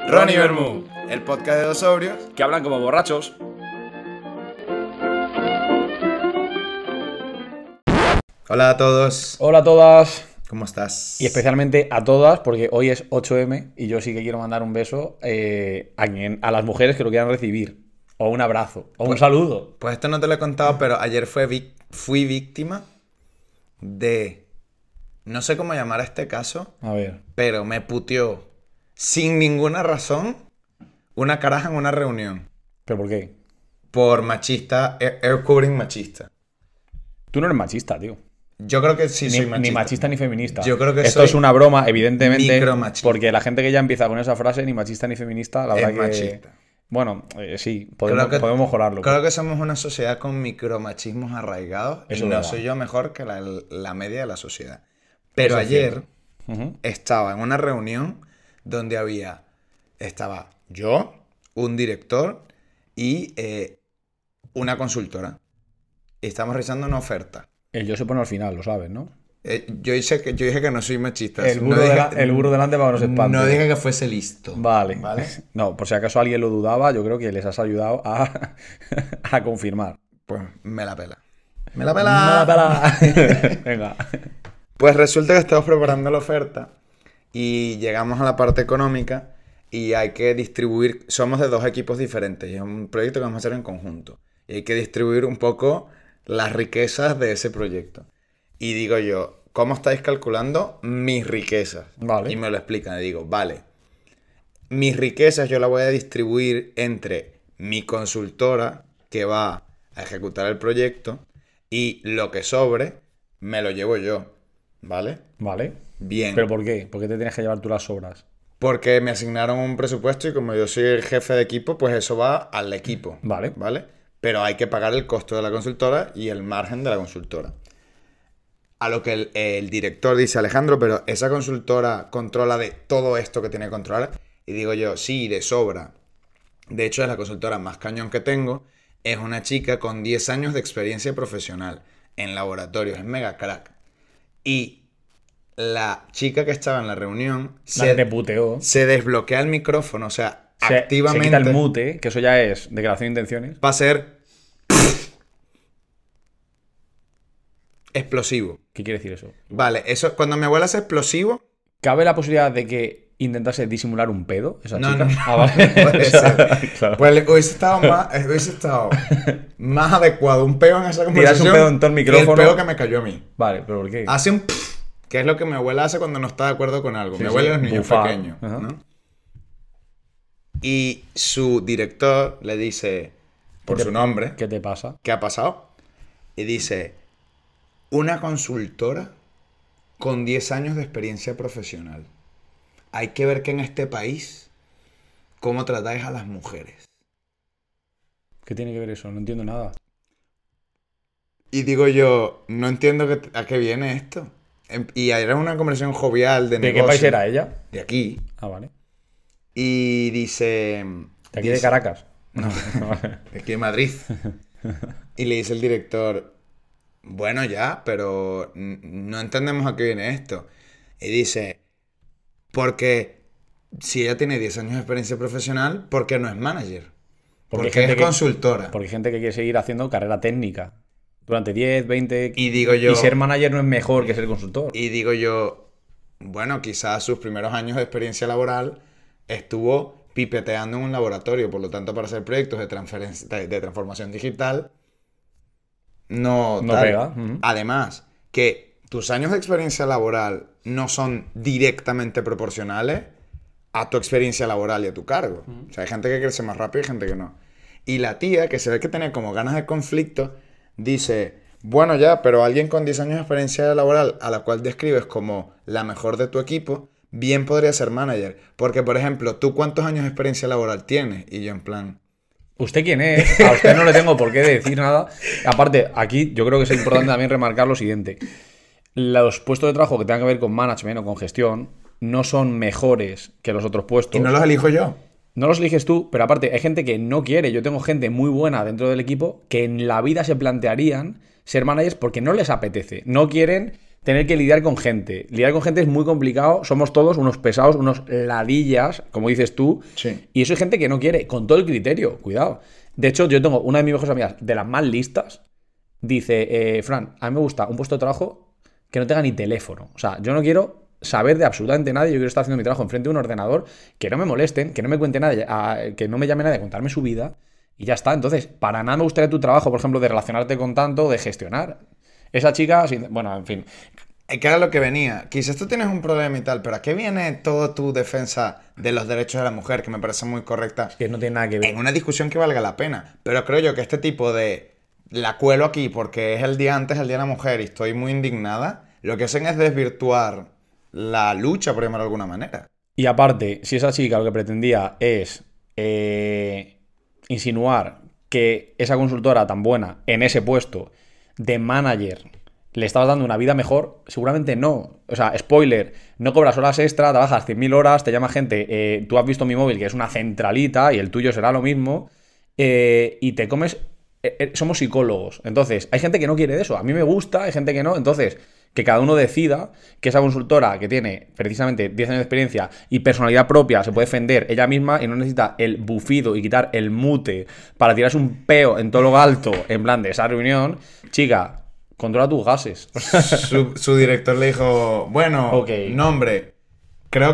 Ron y Vermú, el podcast de dos sobrios que hablan como borrachos. Hola a todos. Hola a todas. ¿Cómo estás? Y especialmente a todas, porque hoy es 8M y yo sí que quiero mandar un beso a las mujeres que lo quieran recibir. O un abrazo, o un saludo. Pues esto no te lo he contado, pero ayer fui víctima de... No sé cómo llamar a este caso. A ver. Pero me puteó sin ninguna razón una caraja en una reunión. ¿Pero por qué? Por machista, air covering machista. Tú no eres machista, tío. Yo creo que sí soy machista. Ni machista ni feminista. Yo creo que esto soy es una broma, evidentemente. micromachista. Porque la gente que ya empieza con esa frase, ni machista ni feminista, la verdad Es que... machista. Bueno, sí, podemos mejorarlo. Creo que somos una sociedad con micromachismos arraigados. Eso y no verdad. soy yo mejor que la media de la sociedad. Pero ayer estaba en una reunión donde estaba yo, un director y una consultora. Y estamos realizando una oferta. El yo se pone al final, lo sabes, ¿no? Yo dije que no soy machista. El burro delante para que no se espante. No dije que fuese listo. Vale. No, por si acaso alguien lo dudaba, yo creo que les has ayudado a confirmar. Pues me la pela. ¡Me la pela! ¡Me la pela! Venga. Pues resulta que estamos preparando la oferta y llegamos a la parte económica y hay que distribuir... Somos de dos equipos diferentes y es un proyecto que vamos a hacer en conjunto. Y hay que distribuir un poco las riquezas de ese proyecto. Y digo yo, ¿cómo estáis calculando mis riquezas? Vale. Y me lo explican. Y digo, vale, mis riquezas yo las voy a distribuir entre mi consultora, que va a ejecutar el proyecto, y lo que sobre me lo llevo yo. ¿Vale? Vale. Bien. ¿Pero por qué? ¿Por qué te tienes que llevar tú las sobras? Porque me asignaron un presupuesto y como yo soy el jefe de equipo, pues eso va al equipo. Vale. ¿Vale? Pero hay que pagar el costo de la consultora y el margen de la consultora. A lo que el director dice, Alejandro, pero esa consultora controla de todo esto que tiene que controlar. Y digo yo, sí, de sobra. De hecho, es la consultora más cañón que tengo. Es una chica con 10 años de experiencia profesional en laboratorios. Es mega crack. Y la chica que estaba en la reunión te puteó. se desbloquea el micrófono, o sea, activamente. Se quita el mute, que eso ya es declaración de intenciones. Va a ser explosivo. ¿Qué quiere decir eso? Vale, eso cuando mi abuela hace explosivo. ¿Cabe la posibilidad de que intentase disimular un pedo esa chica? No. Ah, vale. Puede ser. Claro. Pues hubiese estado más adecuado un peo en esa conversación. Un pedo en todo el micrófono. Que el peo que me cayó a mí. Vale, pero ¿por qué? Hace un que es lo que mi abuela hace cuando no está de acuerdo con algo. Sí, mi abuela sí. es niño Bufar. pequeño, ¿no? Y su director le dice, por su nombre, ¿Qué te pasa? ¿qué ha pasado? Y dice, una consultora con 10 años de experiencia profesional. Hay que ver que en este país, cómo tratáis a las mujeres. ¿Qué tiene que ver eso? No entiendo nada. Y digo yo, no entiendo a qué viene esto. Y era una conversación jovial de negocio. ¿De qué país era ella? De aquí. Ah, vale. Y dice... ¿De aquí de Caracas? No, de aquí de Madrid. Y le dice el director, bueno ya, pero no entendemos a qué viene esto. Y dice, porque si ella tiene 10 años de experiencia profesional, ¿por qué no es manager? Porque es consultora. Porque hay gente que quiere seguir haciendo carrera técnica durante 10, 20... Y digo yo... Y ser manager no es mejor que ser consultor. Y digo yo, bueno, quizás sus primeros años de experiencia laboral estuvo pipeteando en un laboratorio, por lo tanto para hacer proyectos de transformación digital no pega. Además, que tus años de experiencia laboral no son directamente proporcionales a tu experiencia laboral y a tu cargo. O sea, hay gente que crece más rápido y gente que no. Y la tía, que se ve que tenía como ganas de conflicto, dice, bueno ya, pero alguien con 10 años de experiencia laboral a la cual describes como la mejor de tu equipo, bien podría ser manager. Porque, por ejemplo, ¿tú cuántos años de experiencia laboral tienes? Y yo en plan... ¿Usted quién es? A usted no le tengo por qué decir nada. Aparte, aquí yo creo que es importante también remarcar lo siguiente. Los puestos de trabajo que tengan que ver con management o con gestión no son mejores que los otros puestos. ¿Y no los elijo yo? No los eliges tú, pero aparte hay gente que no quiere. Yo tengo gente muy buena dentro del equipo que en la vida se plantearían ser managers porque no les apetece. No quieren tener que lidiar con gente. Lidiar con gente es muy complicado. Somos todos unos pesados, unos ladillas, como dices tú. Sí. Y eso hay gente que no quiere, con todo el criterio. Cuidado. De hecho, yo tengo una de mis mejores amigas, de las más listas, dice, Fran, a mí me gusta un puesto de trabajo que no tenga ni teléfono. O sea, yo no quiero saber de absolutamente nadie. Yo quiero estar haciendo mi trabajo enfrente de un ordenador, que no me molesten, que no me cuente nadie, que no me llame nadie a contarme su vida. Y ya está. Entonces, para nada me gustaría tu trabajo, por ejemplo, de relacionarte con tanto, de gestionar. Esa chica, bueno, en fin. Que era lo que venía. Quizás tú tienes un problema y tal, pero ¿a qué viene toda tu defensa de los derechos de la mujer, que me parece muy correcta? Que no tiene nada que ver. En una discusión que valga la pena. Pero creo yo que este tipo de... La cuelo aquí porque es el día antes, el Día de la Mujer, y estoy muy indignada. Lo que hacen es desvirtuar la lucha, por llamarlo de alguna manera. Y aparte, si esa chica lo que pretendía es insinuar que esa consultora tan buena en ese puesto de manager le estabas dando una vida mejor, seguramente no. O sea, spoiler, no cobras horas extra, trabajas 100.000 horas, te llama gente, tú has visto mi móvil que es una centralita y el tuyo será lo mismo, y te comes... somos psicólogos, entonces hay gente que no quiere eso, a mí me gusta, hay gente que no, entonces que cada uno decida que esa consultora que tiene precisamente 10 años de experiencia y personalidad propia se puede defender ella misma y no necesita el bufido y quitar el mute para tirarse un peo en todo lo alto en plan de esa reunión, chica, controla tus gases. Su director le dijo, bueno, Ok. nombre, creo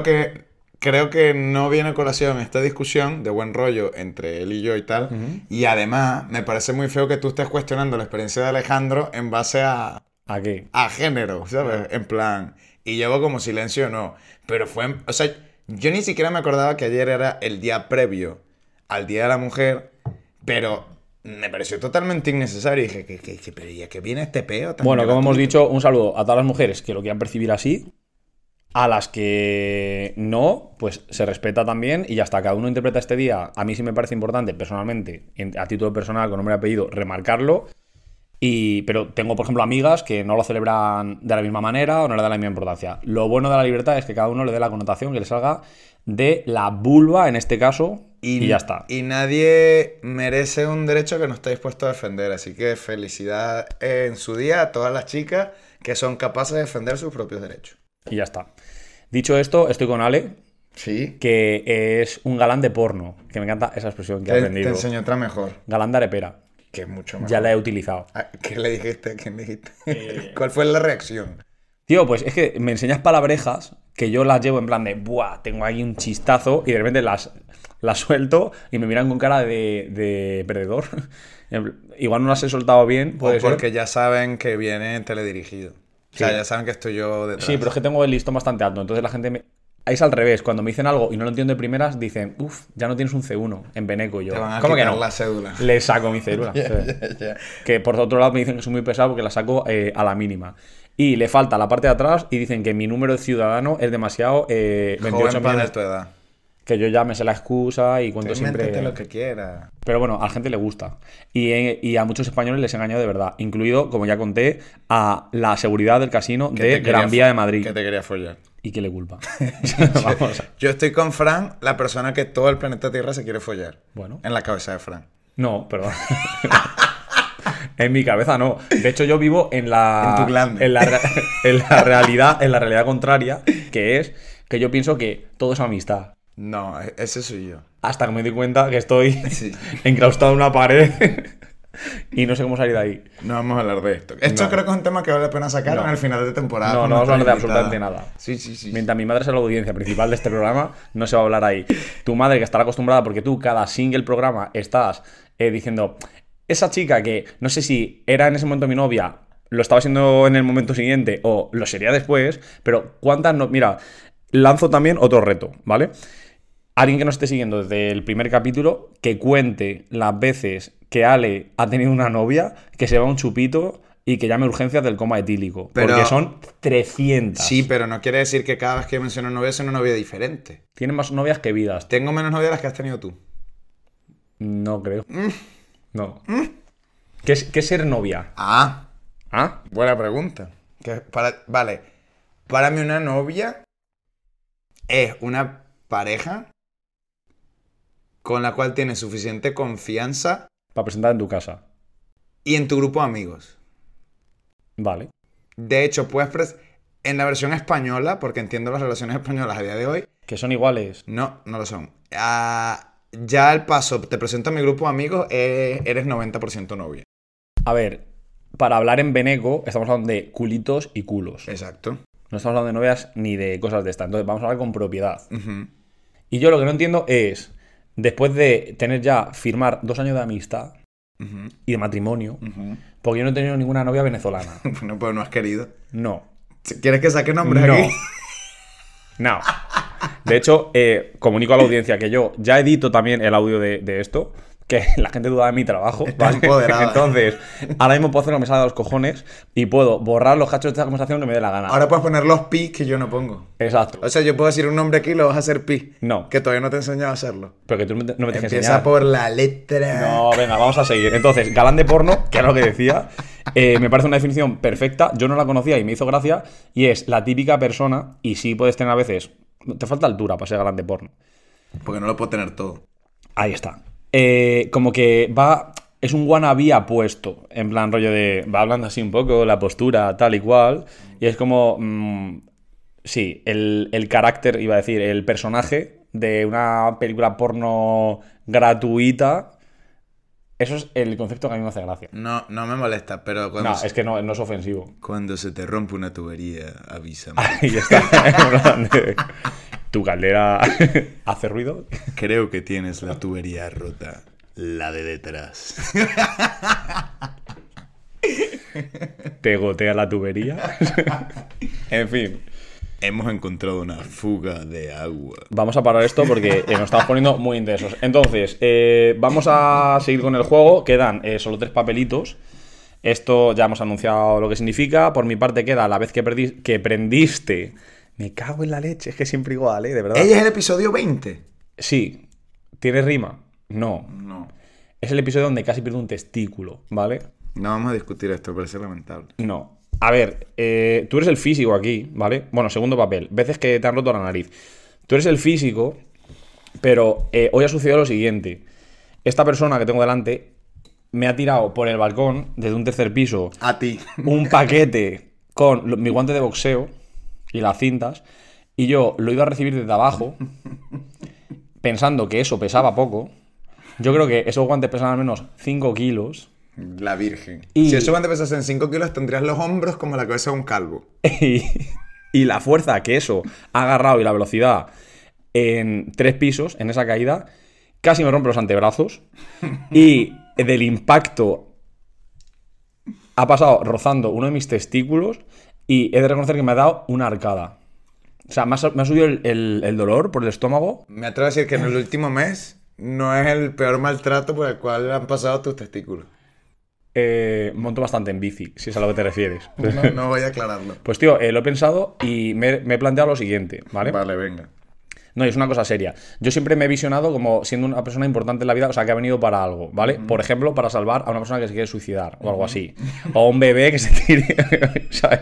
que no viene a colación esta discusión de buen rollo entre él y yo y tal. Y además, me parece muy feo que tú estés cuestionando la experiencia de Alejandro en base a ¿A qué? género, ¿sabes? En plan, y llevo como silencio, no. Pero fue, o sea, yo ni siquiera me acordaba que ayer era el día previo al Día de la Mujer, pero me pareció totalmente innecesario. Y dije, pero ¿y a qué viene este peo tan Bueno, como hemos gratuito? dicho, un saludo a todas las mujeres que lo quieran percibir así. A las que no, pues se respeta también y ya está. Cada uno interpreta este día. A mí sí me parece importante, personalmente, a título personal, con nombre y apellido, remarcarlo. Pero tengo, por ejemplo, amigas que no lo celebran de la misma manera o no le dan la misma importancia. Lo bueno de la libertad es que cada uno le dé la connotación que le salga de la vulva, en este caso, y ya está. Y nadie merece un derecho que no esté dispuesto a defender. Así que felicidad en su día a todas las chicas que son capaces de defender sus propios derechos. Y ya está. Dicho esto, estoy con Ale, Sí. que es un galán de porno. Que me encanta esa expresión que he Te aprendido. enseño otra mejor, Galán de arepera. que es mucho mejor. Ya la he utilizado. ¿Qué le dijiste? ¿A quién le dijiste? ¿Cuál fue la reacción? Tío, pues es que me enseñas palabrejas que yo las llevo en plan de, buah, tengo ahí un chistazo y de repente las suelto y me miran con cara de perdedor. Igual no las he soltado bien, puede ser. Porque ya saben que viene teledirigido. O sea, Sí. ya saben que estoy yo detrás. Sí, pero es que tengo el listón bastante alto, entonces la gente me... Ahí es al revés, cuando me dicen algo y no lo entiendo de primeras, dicen, uff, ya no tienes un C1 en Beneco. Y yo, Te van a ¿cómo que quitar no? la cédula. Le saco mi cédula. Sí. Ya. Que por otro lado me dicen que soy muy pesado porque la saco a la mínima. Y le falta la parte de atrás y dicen que mi número de ciudadano es demasiado 28 Joven para millones. tu edad. Que yo ya me sé la excusa y cuento siempre... Invéntate lo que quieras. Pero bueno, a la gente le gusta. Y a muchos españoles les he engañado de verdad. Incluido, como ya conté, a la seguridad del casino de Gran Vía de Madrid. Que te quería follar. ¿Y qué le culpa? Vamos. Yo estoy con Fran, la persona que todo el planeta Tierra se quiere follar. Bueno. En la cabeza de Fran. No, perdón. En mi cabeza no. De hecho, yo vivo en la... En tu glande. En la realidad contraria, que es que yo pienso que todo es amistad. No, ese soy yo. Hasta que me doy cuenta que estoy Sí. enclaustado en una pared y no sé cómo salir de ahí. No vamos a hablar de esto. Esto No. creo que es un tema que vale la pena sacar No. en el final de temporada. No, con no vamos a hablar de nuestra absolutamente invitada. nada. Sí. Mientras mi madre sea la audiencia principal de este programa, no se va a hablar ahí. Tu madre, que estará acostumbrada, porque tú cada single programa estás diciendo, esa chica que no sé si era en ese momento mi novia, lo estaba siendo en el momento siguiente o lo sería después, pero ¿cuántas no? Mira, lanzo también otro reto, ¿vale? Alguien que nos esté siguiendo desde el primer capítulo, que cuente las veces que Ale ha tenido una novia, que se va a un chupito y que llame urgencias del coma etílico. Pero- porque son 300. Sí, pero no quiere decir que cada vez que menciono novia es una novia diferente. Tienen más novias que vidas. Tengo menos novias de las que has tenido tú. No creo. No. ¿Qué es ser novia? Ah, ¿Ah? buena pregunta. Vale, para mí una novia es una pareja con la cual tienes suficiente confianza Para presentar en tu casa. y en tu grupo de amigos. Vale. De hecho, en la versión española, porque entiendo las relaciones españolas a día de hoy, Que son iguales. no lo son. Ya al paso, te presento a mi grupo de amigos, eres 90% novia. A ver, para hablar en veneco, estamos hablando de culitos y culos. Exacto. No estamos hablando de novias ni de cosas de estas. Entonces, vamos a hablar con propiedad. Ujú. Y yo lo que no entiendo es, después de tener ya, firmar 2 años de amistad Ujú. y de matrimonio, Ujú. porque yo no he tenido ninguna novia venezolana. Bueno, pues no has querido. No. ¿Quieres que saque nombres No. aquí? No. De hecho, comunico a la audiencia que yo ya edito también el audio de esto, que la gente duda de mi trabajo. Está empoderada. Entonces, ahora mismo puedo hacer lo que me salga de los cojones y puedo borrar los cachos de esta conversación que me dé la gana. Ahora puedes poner los pi que yo no pongo. Exacto. O sea, yo puedo decir un nombre aquí y lo vas a hacer pi. No. Que todavía no te he enseñado a hacerlo. Pero que tú no me tienes que Empieza enseñar. por la letra. No, venga, vamos a seguir. Entonces, galán de porno, que era lo que decía, me parece una definición perfecta. Yo no la conocía y me hizo gracia. Y es la típica persona, y sí puedes tener a veces. Te falta altura para ser galán de porno. Porque no lo puedo tener todo. Ahí está. Como que va. Es un wannabe apuesto. En plan, rollo de. Va hablando así un poco, la postura, tal y cual. Y es como. Sí, el carácter, iba a decir, el personaje de una película porno gratuita. Eso es el concepto que a mí me hace gracia. No me molesta, pero cuando, No, es que no es ofensivo. cuando se te rompe una tubería, avísame. Ahí está. En plan de, ¿tu caldera hace ruido? Creo que tienes la tubería rota. La de detrás. ¿Te gotea la tubería? En fin. Hemos encontrado una fuga de agua. Vamos a parar esto porque nos estamos poniendo muy intensos. Entonces, vamos a seguir con el juego. Quedan solo 3 papelitos. Esto ya hemos anunciado lo que significa. Por mi parte queda la vez que prendiste. Me cago en la leche, es que siempre igual, de verdad. ¿Ella es el episodio 20? Sí. ¿Tiene rima? No. No. Es el episodio donde casi pierdo un testículo, ¿vale? No vamos a discutir esto, me parece lamentable. No. A ver, tú eres el físico aquí, ¿vale? Bueno, segundo papel. Veces que te han roto la nariz. Tú eres el físico, pero hoy ha sucedido lo siguiente. Esta persona que tengo delante me ha tirado por el balcón desde un tercer piso A ti. un paquete con mi guante de boxeo y las cintas, y yo lo iba a recibir desde abajo pensando que eso pesaba poco. Yo creo que esos guantes pesan al menos 5 kilos. La virgen. Y- Si eso cuando pesas en 5 kilos, tendrías los hombros como la cabeza de un calvo. Y la fuerza que eso ha agarrado y la velocidad en 3 pisos, en esa caída, casi me rompe los antebrazos. Y del impacto ha pasado rozando uno de mis testículos y he de reconocer que me ha dado una arcada. O sea, me ha subido el dolor por el estómago. Me atrevo a decir que en el último mes no es el peor maltrato por el cual han pasado tus testículos. Monto bastante en bici, si es a lo que te refieres. No voy a aclararlo. Pues tío, lo he pensado y me he planteado lo siguiente, ¿vale? Vale, venga. No, es una cosa seria. Yo siempre me he visionado como siendo una persona importante en la vida, o sea, que ha venido para algo, ¿vale? Por ejemplo, para salvar a una persona que se quiere suicidar o algo así. O a un bebé que se tire... ¿sabes?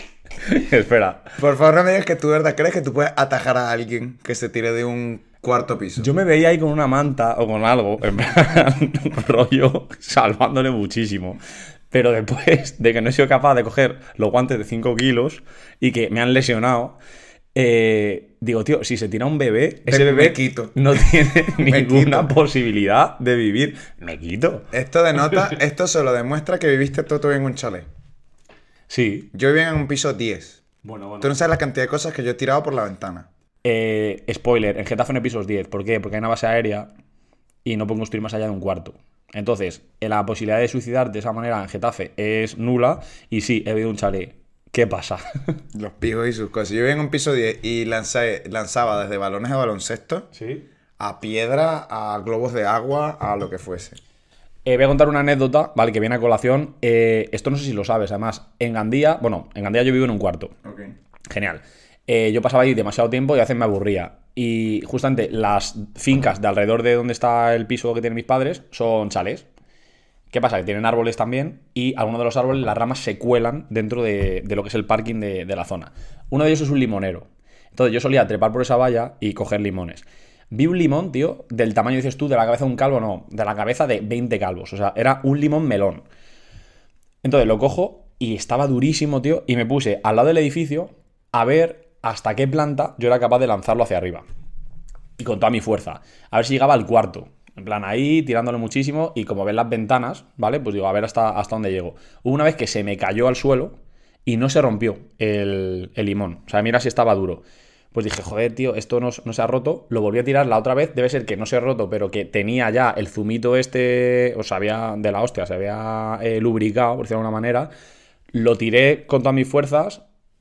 Espera. Por favor, no me digas que tú de verdad crees que tú puedes atajar a alguien que se tire de un cuarto piso. Yo me veía ahí con una manta o con algo, en plan, rollo, salvándole muchísimo. Pero después de que no he sido capaz de coger los guantes de 5 kilos y que me han lesionado, digo, tío, si se tira un bebé, ese Me bebé quito. no tiene Me ninguna quito. posibilidad de vivir. Me quito. Esto solo demuestra que viviste todo en un chalet. Sí. Yo vivía en un piso 10. Bueno. Tú no sabes la cantidad de cosas que yo he tirado por la ventana. Spoiler, en Getafe no hay pisos 10. ¿Por qué? Porque hay una base aérea y no pueden construir más allá de un cuarto. Entonces, la posibilidad de suicidar de esa manera en Getafe es nula. Y sí, he vivido un chalet. ¿Qué pasa? Los pijos y sus cosas. Yo vivía en un piso 10 y lanzaba desde balones de baloncesto Sí. a piedra, a globos de agua, a lo que fuese. Voy a contar una anécdota, ¿vale? Que viene a colación. Esto no sé si lo sabes, además. En Gandía yo vivo en un cuarto. Ok. Genial. Yo pasaba ahí demasiado tiempo y a veces me aburría. Y justamente las fincas de alrededor de donde está el piso que tienen mis padres son chalés. ¿Qué pasa? Que tienen árboles también y algunos de los árboles, las ramas se cuelan dentro de lo que es el parking de la zona. Uno de ellos es un limonero. Entonces yo solía trepar por esa valla y coger limones. Vi un limón, tío, del tamaño, dices tú, de la cabeza de un calvo, no, de la cabeza de 20 calvos. O sea, era un limón melón. Entonces lo cojo y estaba durísimo, tío. Y me puse al lado del edificio a ver hasta qué planta yo era capaz de lanzarlo hacia arriba. Y con toda mi fuerza. A ver si llegaba al cuarto. En plan, ahí tirándole muchísimo. Y como ven las ventanas, ¿vale? Pues digo, a ver hasta dónde llego. Hubo una vez que se me cayó al suelo y no se rompió el limón. O sea, mira si estaba duro. Pues dije, joder, tío, esto no se ha roto. Lo volví a tirar la otra vez. Debe ser que no se ha roto, pero que tenía ya el zumito este. O sea, había de la hostia, se había lubricado, por decirlo de alguna manera. Lo tiré con todas mis fuerzas.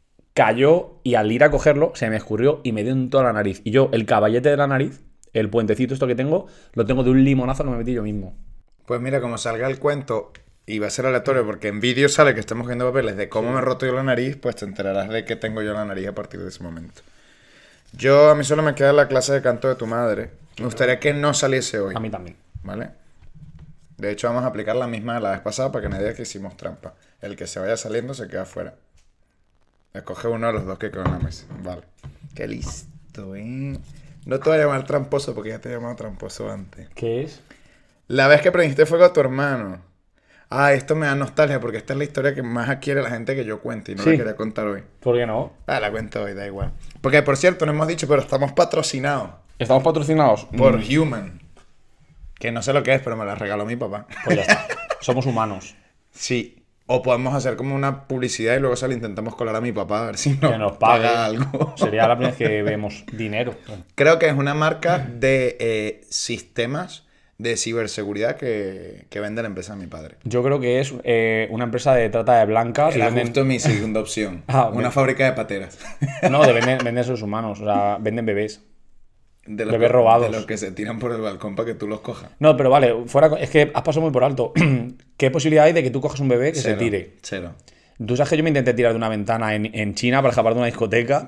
Cayó y al ir a cogerlo se me escurrió y me dio en toda la nariz. Y yo, el caballete de la nariz, el puentecito esto que tengo, lo tengo de un limonazo que me metí yo mismo. Pues mira, como salga el cuento, y va a ser aleatorio porque en vídeo sale que estamos viendo papeles de cómo me he roto yo la nariz, pues te enterarás de que tengo yo la nariz a partir de ese momento. A mí solo me queda la clase de canto de tu madre. Me gustaría que no saliese hoy. A mí también. ¿Vale? De hecho, vamos a aplicar la misma de la vez pasada para que nadie diga que hicimos trampa. El que se vaya saliendo se queda fuera. Escoge uno de los dos que quedó en la mesa. Vale. Qué listo, ¿eh? No te voy a llamar tramposo porque ya te he llamado tramposo antes. ¿Qué es? La vez que prendiste fuego a tu hermano. Esto me da nostalgia porque esta es la historia que más adquiere la gente que yo cuente y no la quería contar hoy. ¿Por qué no? La cuento hoy, da igual. Porque, por cierto, no hemos dicho, pero estamos patrocinados. ¿Estamos patrocinados? Por Human. Que no sé lo que es, pero me la regaló mi papá. Pues ya está. Somos humanos. Sí. O podemos hacer como una publicidad y luego se la intentamos colar a mi papá a ver si Que nos pague paga algo. Sería la primera vez que vemos dinero. Creo que es una marca de sistemas de ciberseguridad que vende la empresa de mi padre. Yo creo que es una empresa de trata de blancas. Era justo mi segunda opción. Una fábrica de pateras. No, venden seres humanos. O sea, venden bebés. Bebés robados. De los que se tiran por el balcón para que tú los cojas. No, pero vale, es que has pasado muy por alto. ¿Qué posibilidad hay de que tú cojas un bebé que se tire? Cero. Tú sabes que yo me intenté tirar de una ventana en China para escapar de una discoteca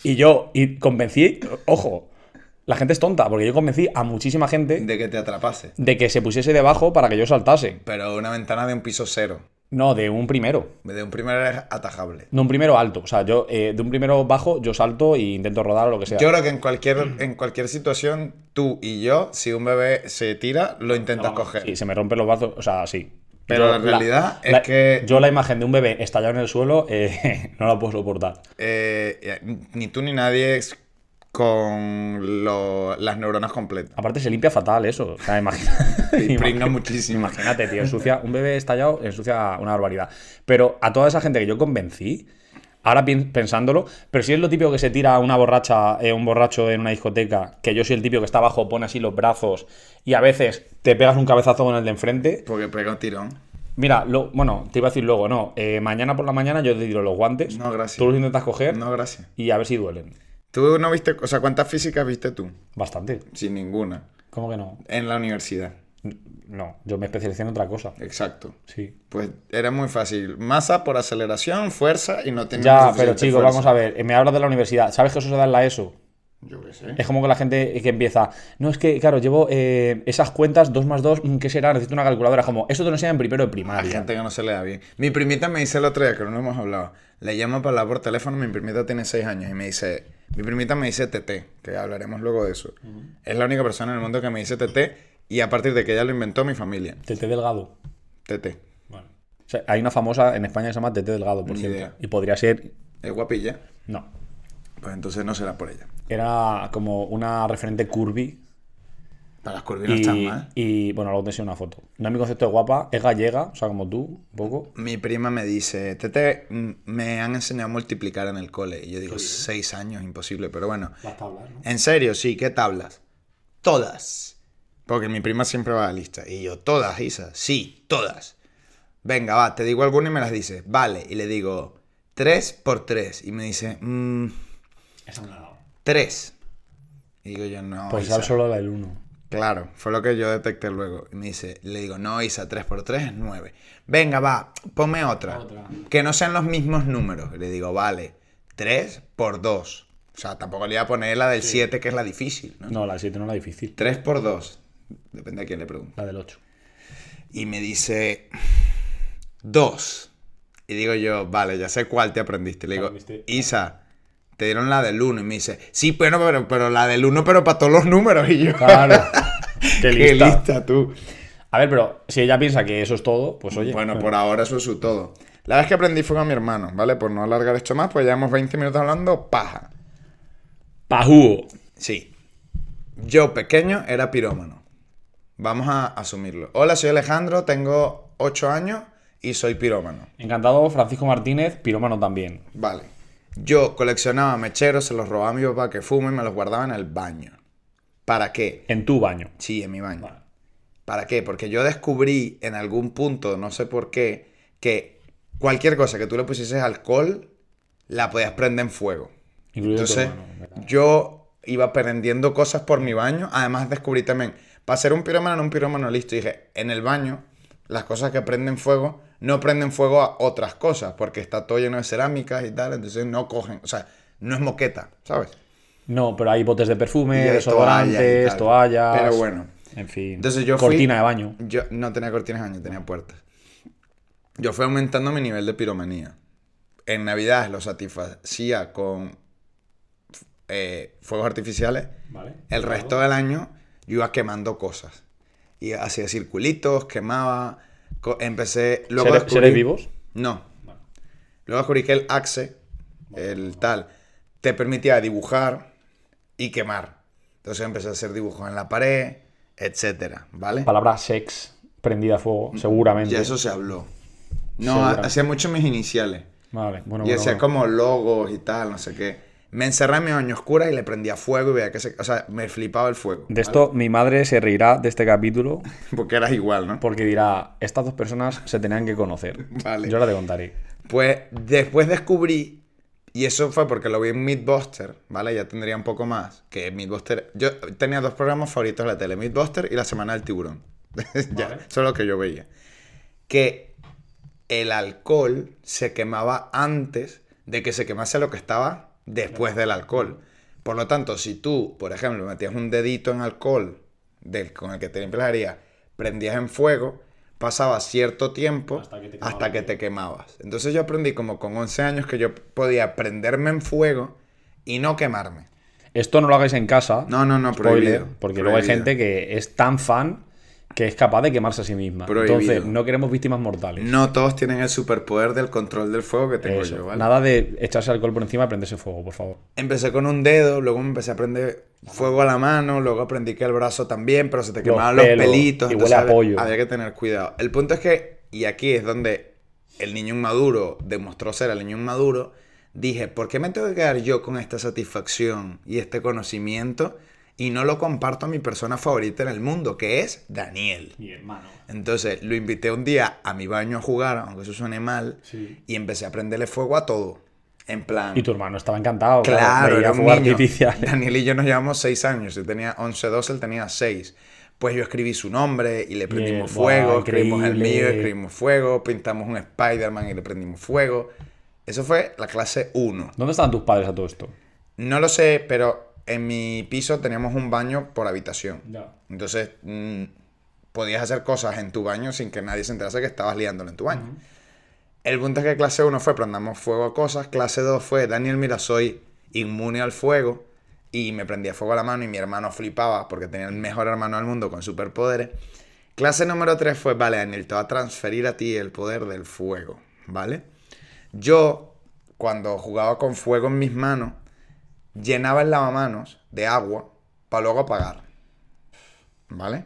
y convencí, ojo, la gente es tonta, porque yo convencí a muchísima gente De que te atrapase. de que se pusiese debajo para que yo saltase. Pero una ventana de un piso cero. No, de un primero. De un primero es atajable. No, un primero alto. O sea, yo de un primero bajo yo salto e intento rodar o lo que sea. Yo creo que en cualquier situación, tú y yo, si un bebé se tira, lo intentas coger. Sí, se me rompen los brazos, o sea, sí. Pero la realidad es que... Yo la imagen de un bebé estallado en el suelo no la puedo soportar. Ni tú ni nadie es con las neuronas completas. Aparte se limpia fatal eso. O sea, imagínate. Impregna muchísimo. Imagínate, tío. Un bebé estallado ensucia una barbaridad. Pero a toda esa gente que yo convencí, ahora pensándolo, pero si es lo típico que se tira un borracho en una discoteca, que yo soy el típico que está abajo, pone así los brazos y a veces te pegas un cabezazo con el de enfrente. Porque pega un tirón. Mira, bueno, te iba a decir luego, no. Mañana por la mañana yo te tiro los guantes. No, gracias. Tú los intentas coger. No, gracias. Y a ver si duelen. ¿Tú no viste, o sea, cuántas físicas viste tú? Bastante. Sin ninguna. ¿Cómo que no? En la universidad. No, yo me especialicé en otra cosa. Exacto. Sí. Pues era muy fácil. Masa por aceleración, fuerza y no tenía Ya, suficiente pero chicos, fuerza. vamos a ver. Me hablas de la universidad. ¿Sabes que eso se da en la ESO? Yo qué sé. Es como que la gente que empieza, no, es que, claro, llevo esas cuentas 2 más 2, ¿qué será? Necesito una calculadora. Como, eso te lo enseñan en primero de Hay primaria. gente que no se le da bien. Mi primita me dice el otro día, que no hemos hablado, le llamo para hablar por teléfono, mi primita tiene 6 años y me dice, mi primita me dice Tete, que hablaremos luego de eso. Es la única persona en el mundo que me dice Tete y a partir de que ella lo inventó mi familia. Tete Delgado. Tete. Bueno. O sea, hay una famosa en España que se llama Tete Delgado, por Ni cierto. idea. Y podría ser... ¿Es guapilla? No. Pues entonces no será por ella. Era como una referente curvy. Para las curvas no están mal. Y bueno, luego te enseño una foto. No es mi concepto de guapa, es gallega, o sea, como tú, un poco. Mi prima me dice, Tete, me han enseñado a multiplicar en el cole. Y yo digo, 6 años, imposible. Pero bueno. Las tablas, ¿no? En serio, sí, ¿qué tablas? Todas. Porque mi prima siempre va a la lista. Y yo, ¿todas, Isa? Sí, todas. Venga, va, te digo alguna y me las dices. Vale. Y le digo, 3 por 3. Y me dice, Esa me la he dado. 3. Y digo yo, no, Pues Isa. ya solo la del 1. Claro, fue lo que yo detecté luego. Y me dice, le digo, no, Isa, 3 por 3 es 9. Venga, va, ponme otra. Que no sean los mismos números. Y le digo, vale, 3 por 2. O sea, tampoco le iba a poner la del 7, que es la difícil, ¿no? No, la del 7 no es la difícil. 3 por 2. Depende a quién le pregunte. La del 8. Y me dice, 2. Y digo yo, vale, ya sé cuál te aprendiste. Le digo, Aprendiste. Isa, te dieron la del 1. Y me dice, sí, pero la del 1, pero para todos los números. Y yo, Claro. Qué qué lista. lista tú. A ver, pero si ella piensa que eso es todo, pues oye. Bueno, por ahora eso es su todo. La vez que aprendí fue con mi hermano, ¿vale? Por no alargar esto más, pues llevamos 20 minutos hablando paja. Pajú. Sí. Yo, pequeño, era pirómano. Vamos a asumirlo. Hola, soy Alejandro, tengo 8 años y soy pirómano. Encantado, Francisco Martínez, pirómano también. Vale. Yo coleccionaba mecheros, se los robaba a mi papá que fuma y me los guardaba en el baño. ¿Para qué? En tu baño. Sí, en mi baño. Vale. ¿Para qué? Porque yo descubrí en algún punto, no sé por qué, que cualquier cosa que tú le pusieses alcohol, la podías prender en fuego. Incluido tu Entonces, hermano, ¿verdad? yo iba prendiendo cosas por mi baño. Además, descubrí también, para ser un pirómano, no un pirómano listo, dije, en el baño, las cosas que prenden fuego, no prenden fuego a otras cosas, porque está todo lleno de cerámicas y tal, entonces no cogen, o sea, no es moqueta, ¿sabes? No, pero hay botes de perfume, Y hay desodorantes, toallas y tal. toallas. Pero bueno. En fin. Entonces yo fui... Cortina de baño. Yo no tenía cortinas de baño, tenía puertas. Yo fui aumentando mi nivel de piromanía. En Navidad lo satisfacía con fuegos artificiales. Vale. El resto del año yo iba quemando cosas. Y hacía circulitos, quemaba. Empecé. Luego ¿Seres vivos? No. Vale. Luego descubrí que el Axe, el tal, te permitía dibujar y quemar. Entonces empecé a hacer dibujos en la pared, etcétera, ¿vale? Palabra sex prendida a fuego, seguramente. Ya eso se habló. No, Seguramente. hacía mucho mis iniciales. Vale, bueno, Y bueno, hacía bueno. como logos y tal, no sé qué. Me encerraba en mi baño oscura y le prendía fuego y veía que o sea, me flipaba el fuego. De esto, mi madre se reirá de este capítulo Porque eras igual, ¿no? porque dirá, estas dos personas se tenían que conocer. Vale. Yo ahora te contaré. Pues después descubrí, y eso fue porque lo vi en Mythbuster, ¿vale? Ya tendría un poco más, que Mythbuster... Yo tenía 2 programas favoritos de la tele, Mythbuster y La Semana del Tiburón. Ya, Vale. eso es lo que yo veía. Que el alcohol se quemaba antes de que se quemase lo que estaba después del alcohol. Por lo tanto, si tú, por ejemplo, metías un dedito en alcohol con el que te limpias la herida, prendías en fuego, pasaba cierto tiempo hasta que te quemabas. Entonces yo aprendí como con 11 años que yo podía prenderme en fuego y no quemarme. Esto no lo hagáis en casa. No, Spoiler, prohibido. porque luego hay Prohibido. gente que es tan fan que es capaz de quemarse a sí misma. Prohibido. Entonces, no queremos víctimas mortales. No todos tienen el superpoder del control del fuego que tengo Eso. yo, ¿vale? Nada de echarse alcohol por encima y prenderse fuego, por favor. Empecé con un dedo, luego me empecé a prender fuego a la mano, luego aprendí que el brazo también, pero se te quemaban los pelos, pelitos. y entonces huele a pollo. había que tener cuidado. El punto es que, y aquí es donde el niño inmaduro demostró ser el niño inmaduro, dije, ¿por qué me tengo que quedar yo con esta satisfacción y este conocimiento y no lo comparto a mi persona favorita en el mundo, que es Daniel? Mi hermano. Entonces lo invité un día a mi baño a jugar, aunque eso suene mal, Sí. y empecé a prenderle fuego a todo. En plan... Y tu hermano estaba encantado. Claro, veía era un fuegos niño. artificiales. Daniel y yo nos llevamos 6 años. Yo tenía 11, 12, él tenía 6. Pues yo escribí su nombre y le prendimos Buah, fuego. Escribimos el increíble. mío, escribimos fuego. Pintamos un Spider-Man y le prendimos fuego. Eso fue la clase 1. ¿Dónde estaban tus padres a todo esto? No lo sé, pero en mi piso teníamos un baño por habitación. Ya. Entonces, podías hacer cosas en tu baño sin que nadie se enterase que estabas liándolo en tu baño. El punto es que clase 1 fue prendamos fuego a cosas. Clase 2 fue, Daniel, mira, soy inmune al fuego. Y me prendía fuego a la mano y mi hermano flipaba porque tenía el mejor hermano del mundo con superpoderes. Clase número 3 fue, vale, Daniel, te va a transferir a ti el poder del fuego, ¿vale? Yo, cuando jugaba con fuego en mis manos, llenaba el lavamanos de agua para luego apagar, ¿vale?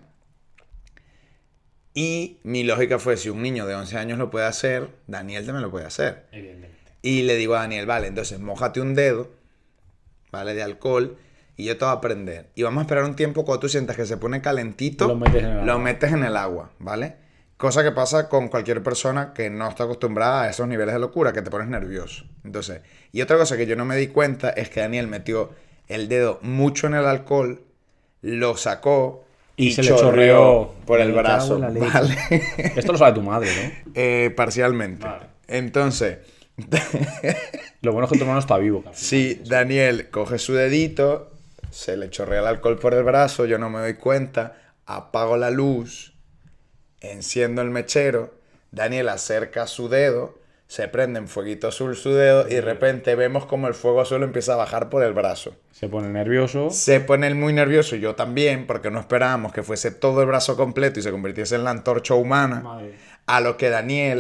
Y mi lógica fue, si un niño de 11 años lo puede hacer, Daniel también lo puede hacer. Evidentemente. Y le digo a Daniel, vale, entonces mójate un dedo, ¿vale? De alcohol, y yo te voy a prender. Y vamos a esperar un tiempo cuando tú sientas que se pone calentito, Lo metes en el lo agua. metes en el agua, ¿vale? Cosa que pasa con cualquier persona que no está acostumbrada a esos niveles de locura, que te pones nervioso. Entonces, y otra cosa que yo no me di cuenta es que Daniel metió el dedo mucho en el alcohol, lo sacó Y se le chorreó por el Me cago brazo, en la leche. ¿vale? Esto lo sabe tu madre, ¿no? Parcialmente. Vale. Entonces, Lo bueno es que tu hermano está vivo. Casi. sí, Daniel coge su dedito, se le chorrea el alcohol por el brazo, yo no me doy cuenta, apago la luz, enciendo el mechero, Daniel acerca su dedo, se prende en fueguito azul su dedo y de repente vemos como el fuego azul empieza a bajar por el brazo. Se pone nervioso. Se pone él muy nervioso y yo también, porque no esperábamos que fuese todo el brazo completo y se convirtiese en la antorcha humana. Madre. A lo que Daniel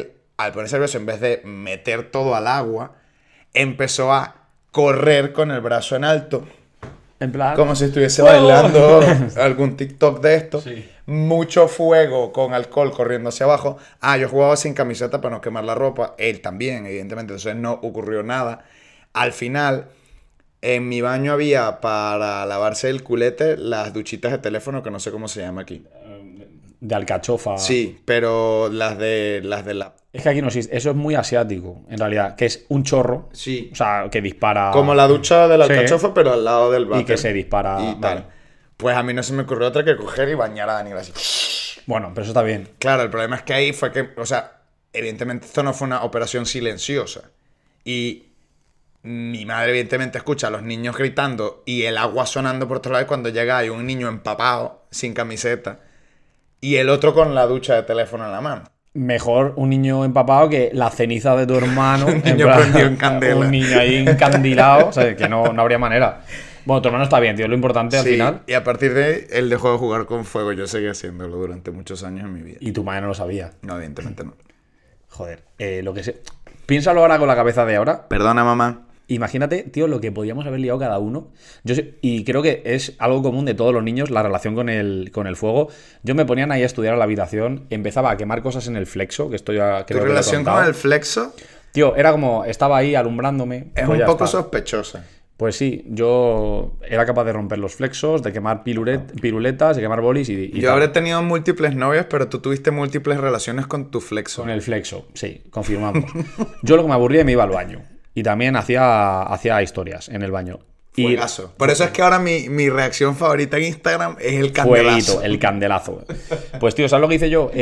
al ponerse nervioso, en vez de meter todo al agua, empezó a correr con el brazo en alto. En plan... Como si estuviese bailando algún TikTok de esto. Sí. Mucho fuego con alcohol corriendo hacia abajo. Yo jugaba sin camiseta para no quemar la ropa. Él también, evidentemente. Entonces no ocurrió nada. Al final, en mi baño había para lavarse el culete las duchitas de teléfono que no sé cómo se llama aquí. De alcachofa. Sí, pero las de la... Es que aquí no existe. Eso es muy asiático, en realidad. Que es un chorro. Sí. O sea, que dispara... Como la ducha de la Sí. alcachofa, pero al lado del váter. Y que se dispara... Y tal. Vale. Pues a mí no se me ocurrió otra que coger y bañar a Daniel así. Bueno, pero eso está bien. Claro, el problema es que ahí fue que, o sea, evidentemente esto no fue una operación silenciosa. Y mi madre evidentemente escucha a los niños gritando y el agua sonando por otro lado y cuando llega hay un niño empapado, sin camiseta, y el otro con la ducha de teléfono en la mano. Mejor un niño empapado que la ceniza de tu hermano. Un niño prendido en candela. Un niño ahí encandilado. O sea, que no habría manera. Bueno, tu hermano está bien, tío. Es lo importante al Sí, final. y a partir de ahí, él dejó de jugar con fuego. Yo seguí haciéndolo durante muchos años en mi vida. Y tu madre no lo sabía. No, evidentemente no. Joder, lo que sé. Piénsalo ahora con la cabeza de ahora. Perdona, mamá. Imagínate, tío, lo que podíamos haber liado cada uno. Y creo que es algo común de todos los niños, la relación con el fuego. Yo me ponían ahí a estudiar a la habitación, empezaba a quemar cosas en el flexo, que esto ya creo ¿Tu que lo he relación contado. con el flexo Tío, era como, estaba ahí alumbrándome. es pues un ya poco está. sospechosa? Pues sí, yo era capaz de romper los flexos, de quemar piruletas, de quemar bolis y Yo tal. habré tenido múltiples novias, pero tú tuviste múltiples relaciones con tu flexo. Con el flexo, sí, confirmamos. Yo lo que me aburría me iba al baño. Y también hacía historias en el baño. Y Fuegazo. Por eso es que ahora mi reacción favorita en Instagram es el candelazo. fueguito, el candelazo. Pues tío, ¿sabes lo que hice yo?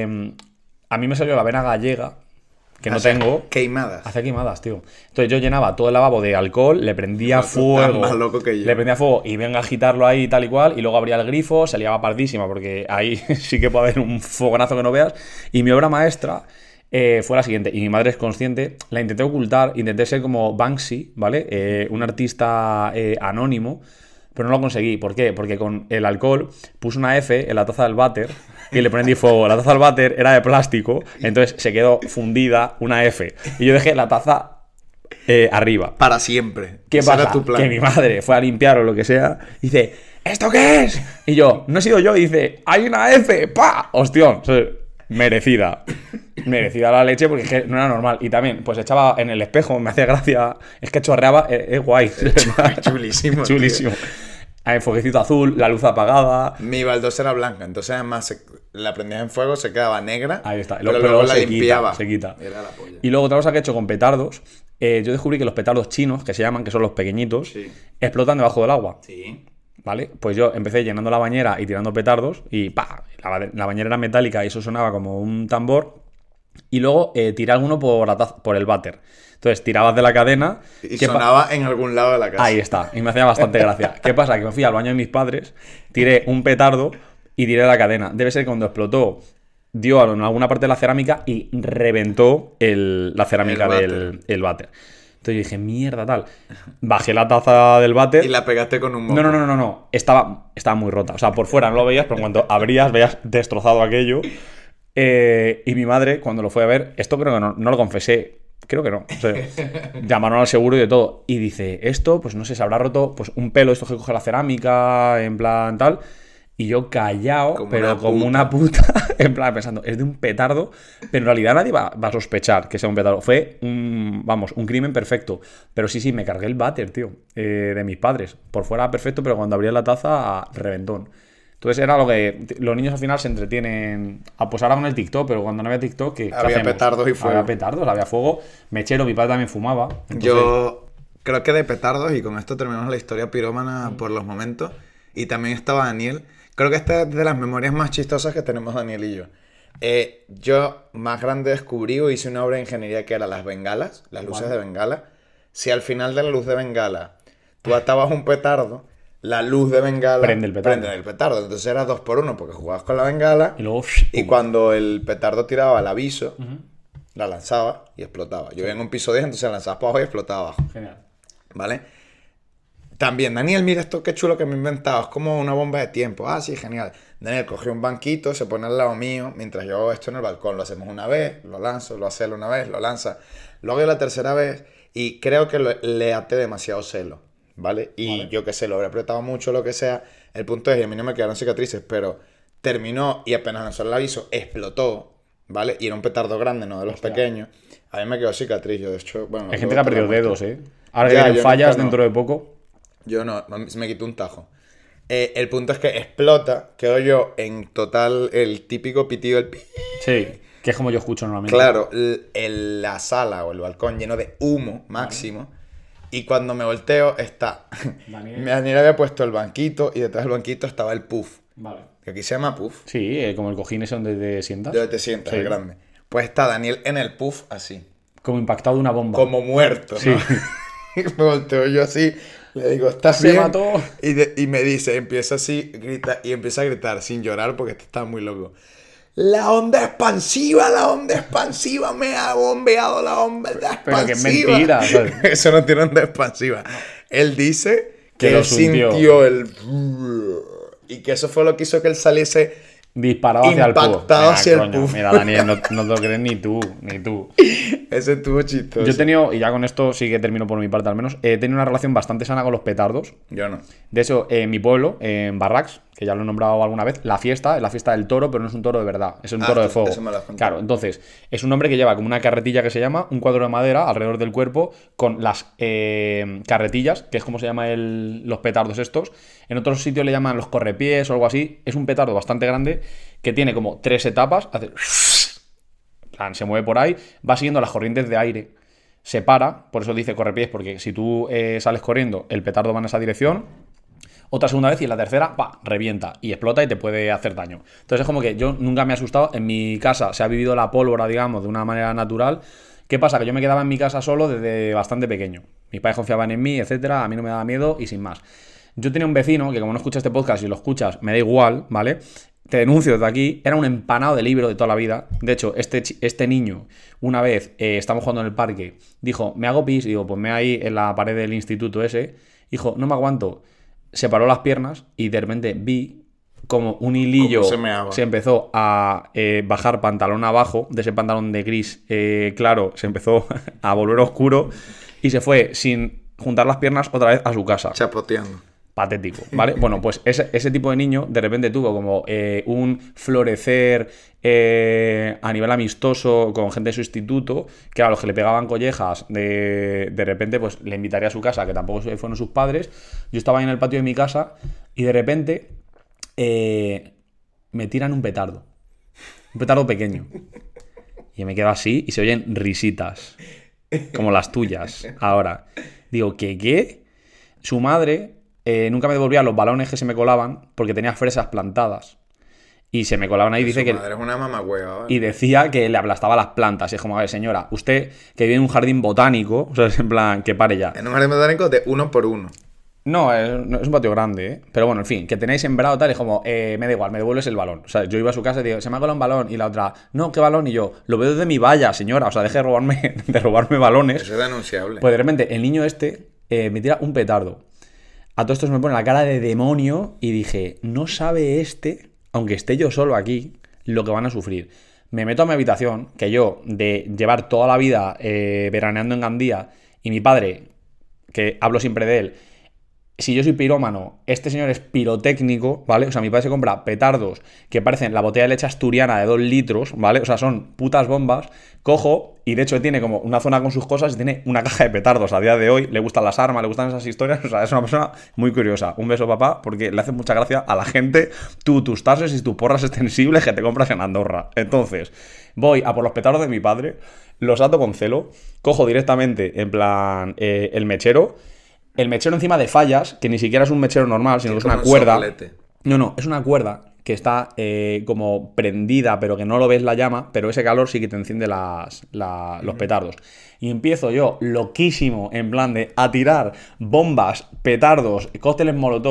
A mí me salió la vena gallega, que no tengo. Queimadas. Hacía quemadas, tío. Entonces yo llenaba todo el lavabo de alcohol, le prendía Estás fuego. más loco que yo. Le prendía fuego y venga a agitarlo ahí tal y cual. Y luego abría el grifo, se liaba pardísima, porque ahí sí que puede haber un fogonazo que no veas. Y mi obra maestra fue la siguiente. Y mi madre es consciente. La intenté ocultar, intenté ser como Banksy, ¿vale? Un artista anónimo. Pero no lo conseguí. ¿Por qué? Porque con el alcohol puse una F en la taza del váter y le prendí fuego. La taza del váter era de plástico, entonces se quedó fundida una F. Y yo dejé la taza arriba. Para siempre. ¿Qué Ese pasa? era tu plan. Que mi madre fue a limpiar o lo que sea y dice, ¿esto qué es? Y yo, no he sido yo. Y dice, hay una F. ¡Pa! Hostión. O sea, merecida. Merecida la leche porque es que no era normal. Y también, pues echaba en el espejo, me hacía gracia. Es que chorreaba, es guay. Chulísimo. Chulísimo. El foguecito azul, la luz apagada. Mi baldosa era blanca, entonces además la prendías en fuego, se quedaba negra. Ahí está. Pero luego la se limpiaba. se quita. Era la polla. Y luego otra cosa que he hecho con petardos, yo descubrí que los petardos chinos, que se llaman, que son los pequeñitos, Sí. explotan debajo del agua. Sí. ¿Vale? Pues yo empecé llenando la bañera y tirando petardos y ¡pa! La bañera era metálica y eso sonaba como un tambor. Y luego tiré alguno por el váter. Entonces tirabas de la cadena. Y ¿qué sonaba en algún lado de la casa. Ahí está. Y me hacía bastante gracia. ¿Qué pasa? Que me fui al baño de mis padres, tiré un petardo y tiré la cadena. Debe ser que cuando explotó, dio en alguna parte de la cerámica y reventó la cerámica del váter. Entonces yo dije, mierda, tal. Bajé la taza del váter. Y la pegaste con un moco. No. Estaba muy rota. O sea, por fuera no lo veías, pero cuando abrías veías destrozado aquello. Y mi madre, cuando lo fue a ver, esto creo que no lo confesé. Creo que no. O sea, llamaron al seguro y de todo. Y dice, esto, pues no sé, se habrá roto pues un pelo, esto que coge la cerámica, en plan tal. Y yo callado, Como pero una como puta. una puta, en plan pensando, es de un petardo, pero en realidad nadie va a sospechar que sea un petardo. Fue un crimen perfecto. Pero sí, me cargué el váter, tío, de mis padres. Por fuera perfecto, pero cuando abría la taza, reventón. Entonces era lo que los niños al final se entretienen. Pues ahora con el TikTok, pero cuando no había TikTok, ¿qué Había hacemos? petardos y fuego. Había petardos, había fuego. Mechero, mi padre también fumaba. Entonces, Yo creo que de petardos, y con esto terminamos la historia pirómana por los momentos. Y también estaba Daniel. Creo que esta es de las memorias más chistosas que tenemos Daniel y yo. Yo más grande descubrí o hice una obra de ingeniería que era las bengalas, las luces de bengala. Si al final de la luz de bengala tú atabas un petardo, la luz de bengala Prende el petardo. el petardo. Entonces era 2x1 porque jugabas con la bengala y luego... y ¡pum! cuando el petardo tiraba el aviso, la lanzaba y explotaba. Yo vivía en un piso 10, entonces la lanzabas para abajo y explotaba abajo. Genial. ¿Vale? También, Daniel, mira esto qué chulo que me he inventado. Es como una bomba de tiempo. Ah, sí, genial. Daniel cogió un banquito, se pone al lado mío, mientras yo hago esto en el balcón. Lo hacemos una vez, lo lanzo, lo hace él una vez, lo lanza. Lo hago yo la tercera vez y creo que le até demasiado celo, ¿vale? Y yo qué sé, lo habré apretado mucho, lo que sea. El punto es que a mí no me quedaron cicatrices, pero terminó y apenas lanzó el aviso, explotó, ¿vale? Y era un petardo grande, no de los pequeños. A mí me quedó cicatriz, yo de hecho, bueno... Hay gente que ha perdido dedos, ¿eh? Ahora que Ya, vienen yo fallas nunca no. dentro de poco. Yo no, se me quitó un tajo. El punto es que explota, quedo yo en total el típico pitido del pi. Sí, que es como yo escucho normalmente. Claro, la sala o el balcón lleno de humo máximo. Y cuando me volteo está... Daniel había puesto el banquito y detrás del banquito estaba el puff. Vale. Que aquí se llama puff. Sí, como el cojín ese donde te sientas. Donde te sientas, Sí. el grande. Pues está Daniel en el puff así. Como impactado de una bomba. Como muerto, ¿no? Sí. Y me volteo yo así, le digo, ¿estás Se bien? mató. Y me dice, empieza así, grita, y empieza a gritar sin llorar porque este está muy loco. La onda expansiva, me ha bombeado la onda expansiva. Pero que es mentira, ¿sabes? Eso no tiene onda expansiva. Él dice Que que lo él sintió el... Y que eso fue lo que hizo que él saliese Disparado hacia el puff. impactado hacia el puff. Mira, Daniel, no te lo crees ni tú, ni tú. Ese estuvo chistoso. Yo he tenido, y ya con esto sí que termino por mi parte al menos, he tenido una relación bastante sana con los petardos. Yo no. De hecho, en mi pueblo, en Barracks, que ya lo he nombrado alguna vez, la fiesta es la fiesta del toro, pero no es un toro de verdad, es un toro de fuego. Eso me lo has contado. Claro, entonces, es un hombre que lleva como una carretilla que se llama, un cuadro de madera alrededor del cuerpo, con las carretillas, que es como se llama los petardos estos. En otros sitios le llaman los correpiés o algo así. Es un petardo bastante grande que tiene como 3 etapas. Hace... En plan, se mueve por ahí, va siguiendo las corrientes de aire. Se para, por eso dice correpiés, porque si tú sales corriendo, el petardo va en esa dirección. Otra segunda vez y en la tercera, ¡pah!, revienta y explota y te puede hacer daño. Entonces es como que yo nunca me he asustado. En mi casa se ha vivido la pólvora, digamos, de una manera natural. ¿Qué pasa? Que yo me quedaba en mi casa solo desde bastante pequeño. Mis padres confiaban en mí, etcétera. A mí no me daba miedo y sin más. Yo tenía un vecino que, como no escucha este podcast y lo escuchas, me da igual, ¿vale? Te denuncio desde aquí. Era un empanado de libro de toda la vida. De hecho, este niño, una vez estábamos jugando en el parque, dijo, me hago pis. Y digo, pues me ahí en la pared del instituto ese. Dijo, no me aguanto. Se paró las piernas y de repente vi como un hilillo se empezó a bajar pantalón abajo. De ese pantalón de gris claro, se empezó a volver oscuro y se fue sin juntar las piernas otra vez a su casa. Chapoteando. Patético, ¿vale? Bueno, pues ese tipo de niño de repente tuvo como un florecer a nivel amistoso con gente de su instituto, que a los que le pegaban collejas, de repente pues le invitaría a su casa, que tampoco fueron sus padres. Yo estaba ahí en el patio de mi casa y de repente me tiran un petardo pequeño. Y me quedo así y se oyen risitas, como las tuyas ahora. Digo, ¿qué? Su madre... nunca me devolvía los balones que se me colaban porque tenía fresas plantadas. Y se me colaban ahí. Dice que. Madre es una mamacueva, ¿vale? Y decía que le aplastaba las plantas. Y es como, a ver, señora, usted que vive en un jardín botánico, o sea, es en plan, que pare ya. En un jardín botánico de 1 por 1. No, es un patio grande, ¿eh? Pero bueno, en fin, que tenéis sembrado tal, y como, me da igual, me devuelves el balón. O sea, yo iba a su casa y digo, se me ha colado un balón. Y la otra, no, ¿qué balón? Y yo, lo veo desde mi valla, señora. O sea, deje de robarme balones. Eso es denunciable. Pues de repente, el niño me tira un petardo. A todo esto se me pone la cara de demonio y dije, no sabe aunque esté yo solo aquí, lo que van a sufrir. Me meto a mi habitación, que yo, de llevar toda la vida veraneando en Gandía, y mi padre, que hablo siempre de él, si yo soy pirómano, este señor es pirotécnico, ¿vale? O sea, mi padre se compra petardos que parecen la botella de leche asturiana de 2 litros, ¿vale? O sea, son putas bombas. Cojo, y de hecho tiene como una zona con sus cosas y tiene una caja de petardos a día de hoy. Le gustan las armas, le gustan esas historias. O sea, es una persona muy curiosa. Un beso, papá, porque le hace mucha gracia a la gente tus tases y tus porras extensibles que te compras en Andorra. Entonces, voy a por los petardos de mi padre, los ato con celo, cojo directamente, en plan, el mechero encima de fallas, que ni siquiera es un mechero normal, sino que es una cuerda. No, es una cuerda que está como prendida, pero que no lo ves la llama, pero ese calor sí que te enciende los petardos. Y empiezo yo, loquísimo, en plan de a tirar bombas, petardos, cócteles molotov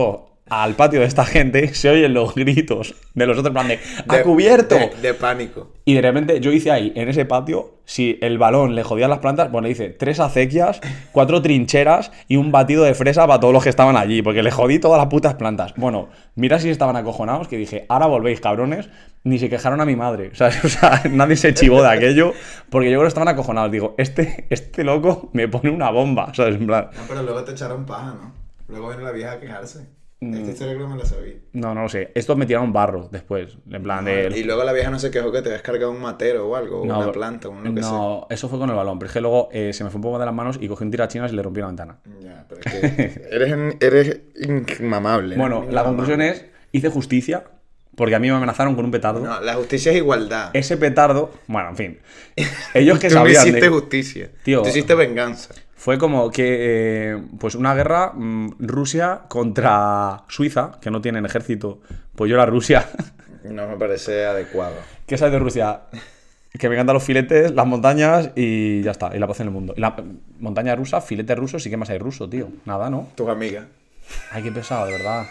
al patio de esta gente, se oyen los gritos de los otros, en plan de ¡a cubierto! De pánico. Y de repente yo hice ahí, en ese patio, si el balón le jodía las plantas, bueno, le hice 3 acequias, 4 trincheras y un batido de fresa para todos los que estaban allí, porque le jodí todas las putas plantas. Bueno, mira si estaban acojonados, que dije, ahora volvéis, cabrones. Ni se quejaron a mi madre, ¿sabes? O sea, nadie se chivó de aquello, porque yo creo que estaban acojonados. Digo, este loco me pone una bomba, ¿sabes? En plan... No, pero luego te echaron paja, ¿no? Luego viene la vieja a quejarse. Esta historia creo que me la sabía. No lo sé. Estos me tiraron barro después, en plan de... Y luego la vieja no se quejó que te habías cargado un matero o algo, o una planta, o lo que sea. No, eso fue con el balón, pero es que luego se me fue un poco de las manos y cogí un tirachinas y le rompí la ventana. Ya, pero es que eres inmamable. Bueno, la conclusión es, hice justicia, porque a mí me amenazaron con un petardo. No, la justicia es igualdad. Ese petardo, bueno, en fin. Ellos que Tú sabían... no hiciste justicia. Tío, tú hiciste venganza. Fue como que, pues una guerra, Rusia contra Suiza, que no tienen ejército. Pues yo era Rusia. No me parece adecuado. ¿Qué sabes de Rusia? Que me encantan los filetes, las montañas y ya está. Y la paz en el mundo. Y la montaña rusa, filete ruso, sí que más hay ruso, tío. Nada, ¿no? Tus amigas. Ay, qué pesado, de verdad.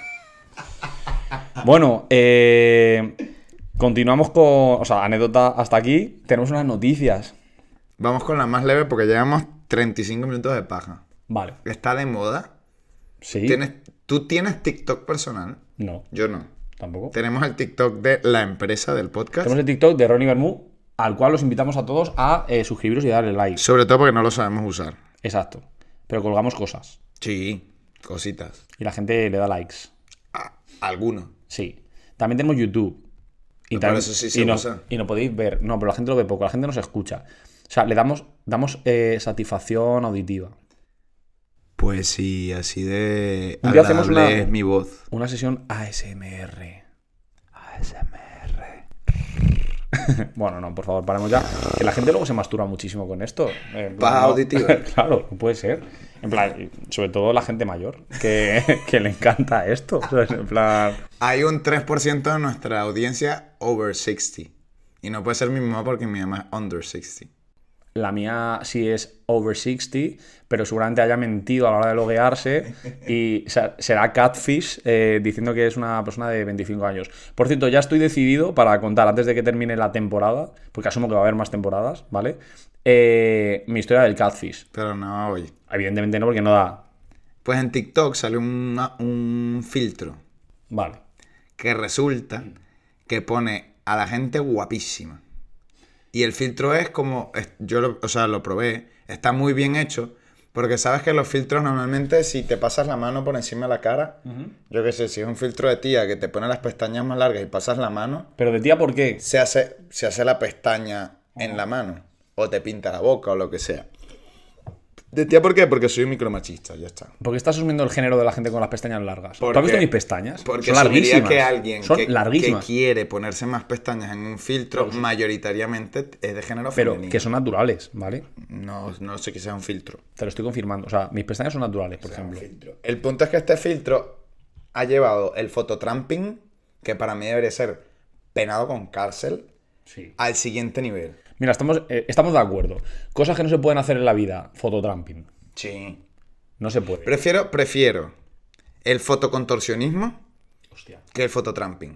Bueno, continuamos con... O sea, anécdota hasta aquí. Tenemos unas noticias. Vamos con la más leve porque llevamos 35 minutos de paja. Vale. ¿Está de moda? Sí. ¿Tú tienes TikTok personal? No. Yo no. Tampoco. Tenemos el TikTok de la empresa del podcast. Tenemos el TikTok de Ronnie Bermú, al cual los invitamos a todos a suscribiros y darle like. Sobre todo porque no lo sabemos usar. Exacto. Pero colgamos cosas. Sí, cositas. Y la gente le da likes. Alguno. Sí. También tenemos YouTube. Y No, también, pero eso sí se usa. y no podéis ver. No, pero la gente lo ve poco. La gente nos escucha. O sea, le damos satisfacción auditiva. Pues sí, así de Un día hacemos agradable es mi voz. una sesión ASMR. Bueno, no, por favor, paremos ya. Que la gente luego se masturba muchísimo con esto. Paja auditiva. Claro, no puede ser. En plan, sobre todo la gente mayor, que le encanta esto. ¿Sabes? En plan... Hay un 3% de nuestra audiencia over 60. Y no puede ser mi mamá porque mi mamá es under 60. La mía sí es over 60, pero seguramente haya mentido a la hora de loguearse y será catfish diciendo que es una persona de 25 años. Por cierto, ya estoy decidido para contar antes de que termine la temporada, porque asumo que va a haber más temporadas, ¿vale? Mi historia del catfish. Pero no hoy. Evidentemente no, porque no da... Pues en TikTok sale un filtro Vale. que resulta que pone a la gente guapísima. Y el filtro es como... Yo lo probé. Está muy bien hecho. Porque sabes que los filtros normalmente, si te pasas la mano por encima de la cara... Yo qué sé, si es un filtro de tía que te pone las pestañas más largas y pasas la mano... ¿Pero de tía por qué? Se hace la pestaña en la mano. O te pinta la boca o lo que sea. ¿De tía por qué? Porque soy un micromachista, ya está. Porque estás asumiendo el género de la gente con las pestañas largas. ¿Tú Porque- has visto mis pestañas? Porque Son asumiría larguísimas. que alguien Son que larguísimas. quiere ponerse más pestañas en un filtro, mayoritariamente es de género Pero femenino. que son naturales, ¿vale? No sé que sea un filtro. Te lo estoy confirmando. O sea, mis pestañas son naturales, por ejemplo. El punto es que este filtro ha llevado el fototramping, que para mí debería ser penado con cárcel, Sí. al siguiente nivel. Mira, estamos de acuerdo. Cosas que no se pueden hacer en la vida. Fototramping. Sí. No se puede. Prefiero el fotocontorsionismo Hostia. que el fototramping.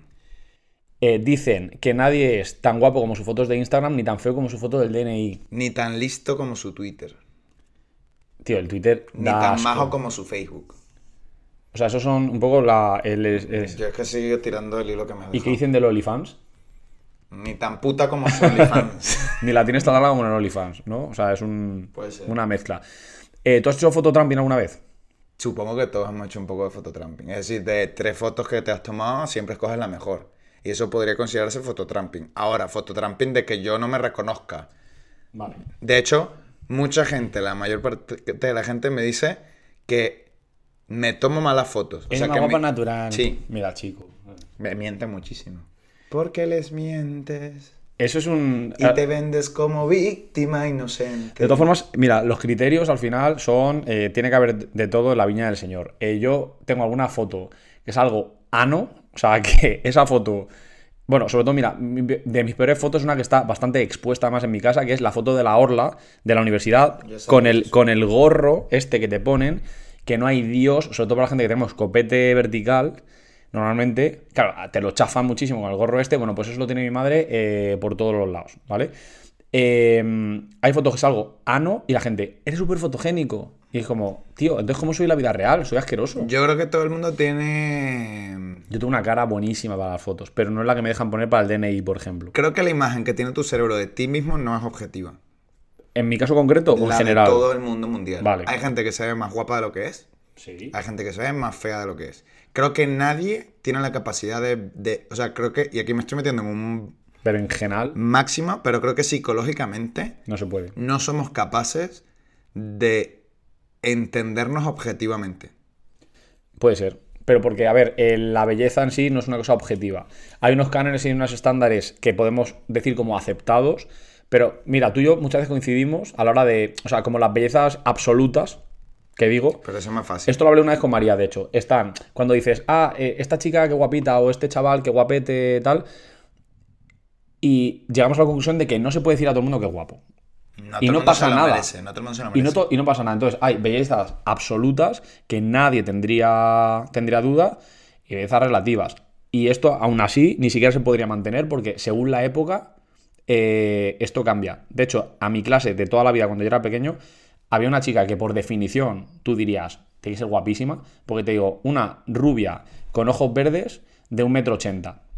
Dicen que nadie es tan guapo como sus fotos de Instagram ni tan feo como su foto del DNI. Ni tan listo como su Twitter. Tío, el Twitter Ni da tan asco. majo como su Facebook. O sea, esos son un poco Yo es que sigo tirando el hilo que me has ¿Y qué dejado. dicen de los OnlyFans? Ni tan puta como su OnlyFans. Ni la tienes tan larga como en el OnlyFans, ¿no? O sea, es Puede ser. una mezcla. ¿Tú has hecho fototramping alguna vez? Supongo que todos hemos hecho un poco de fototramping. Es decir, de 3 fotos que te has tomado, siempre escoges la mejor. Y eso podría considerarse fototramping. Ahora, fototramping de que yo no me reconozca. Vale. De hecho, mucha gente, la mayor parte de la gente me dice que me tomo malas fotos. Es que una guapa natural. Sí, Mira, chico. me mienten muchísimo. ¿Por qué les mientes? Eso es un... Y te vendes como víctima inocente. De todas formas, mira, los criterios al final son... tiene que haber de todo en la viña del señor. Yo tengo alguna foto que es algo ano, o sea, que esa foto... Bueno, sobre todo, mira, de mis peores fotos es una que está bastante expuesta más en mi casa, que es la foto de la orla de la universidad Ya sabes. con el gorro este que te ponen, que no hay Dios, sobre todo para la gente que tenemos copete vertical, normalmente, claro, te lo chafan muchísimo con el gorro este, bueno, pues eso lo tiene mi madre por todos los lados, ¿vale? Hay fotos que salgo ano y la gente, eres súper fotogénico. Y es como, tío, entonces ¿cómo soy en la vida real? Soy asqueroso. Yo creo que todo el mundo tiene... Yo tengo una cara buenísima para las fotos, pero no es la que me dejan poner para el DNI, por ejemplo. Creo que la imagen que tiene tu cerebro de ti mismo no es objetiva. ¿En mi caso concreto o en La general? de todo el mundo mundial. Vale. Hay gente que se ve más guapa de lo que es. Sí. Hay gente que se ve más fea de lo que es. Creo que nadie tiene la capacidad o sea, creo que... Y aquí me estoy metiendo en un Pero en general máxima, pero creo que psicológicamente no se puede. no somos capaces de entendernos objetivamente. Puede ser. Pero porque, a ver, la belleza en sí no es una cosa objetiva. Hay unos cánones y unos estándares que podemos decir como aceptados, pero mira, tú y yo muchas veces coincidimos a la hora de, o sea, como las bellezas absolutas, que digo. Pero eso es más fácil. Esto lo hablé una vez con María, de hecho. Están, cuando dices, esta chica qué guapita, o este chaval qué guapete, tal, y llegamos a la conclusión de que no se puede decir a todo el mundo que es guapo. Y no pasa nada. No todo el mundo se lo merece. Y no pasa nada. Entonces, hay bellezas absolutas que nadie tendría duda y bellezas relativas. Y esto, aún así, ni siquiera se podría mantener porque, según la época, esto cambia. De hecho, a mi clase de toda la vida, cuando yo era pequeño, había una chica que, por definición, tú dirías, tiene que ser guapísima, porque te digo, una rubia con ojos verdes de 1,80 m.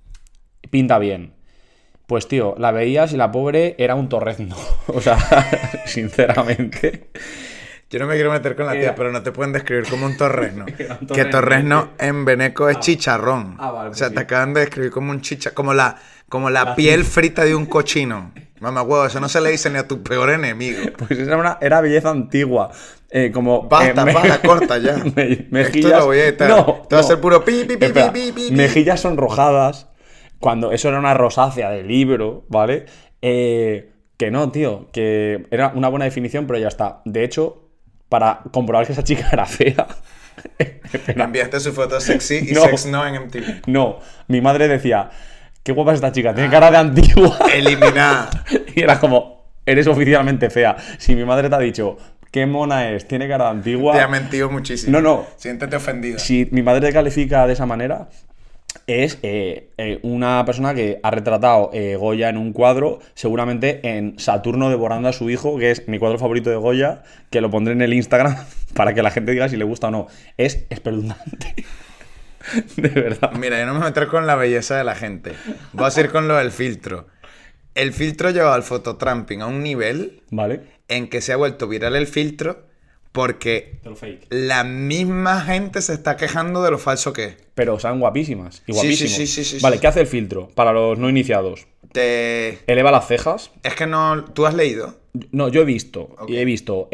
Pinta bien. Pues tío, la veías y la pobre era un torrezno. O sea, sinceramente. Yo no me quiero meter con la tía, pero no te pueden describir como un torrezno. Un Que torrezno en veneco es chicharrón. Vale, o sea, pues te sí. acaban de describir como un chicharrón, como la piel frita de un cochino. Mamá huevo, eso no se le dice ni a tu peor enemigo. Pues era belleza antigua. Como. Basta, corta ya. Mejillas. Esto lo voy a editar. Te va a ser puro pi, pi, pi, Espera, pi, pi, pi. mejillas sonrojadas. Cuando eso era una rosácea de libro, ¿vale? Que no, tío. Que era una buena definición, pero ya está. De hecho, para comprobar que esa chica era fea. Me enviaste su foto sexy y No. sex no en MTV. No, mi madre decía, qué guapa es esta chica, tiene cara de antigua. Eliminada. Y era como, eres oficialmente fea. Si mi madre te ha dicho, qué mona es, tiene cara de antigua. Te ha mentido muchísimo. No. Siéntete ofendida. Si mi madre te califica de esa manera, es una persona que ha retratado Goya en un cuadro, seguramente en Saturno devorando a su hijo, que es mi cuadro favorito de Goya, que lo pondré en el Instagram para que la gente diga si le gusta o no. Es espeluznante. De verdad. Mira, yo no me voy a meter con la belleza de la gente. Voy a ir con lo del filtro. El filtro lleva al fototramping a un nivel Vale. en que se ha vuelto viral el filtro porque Pero fake. la misma gente se está quejando de lo falso que es. Pero son guapísimas. Y Sí, guapísimos. sí. Vale, ¿qué hace el filtro? Para los no iniciados. Eleva las cejas. Es que no... ¿Tú has leído? No, yo he visto. Ok. Y he visto.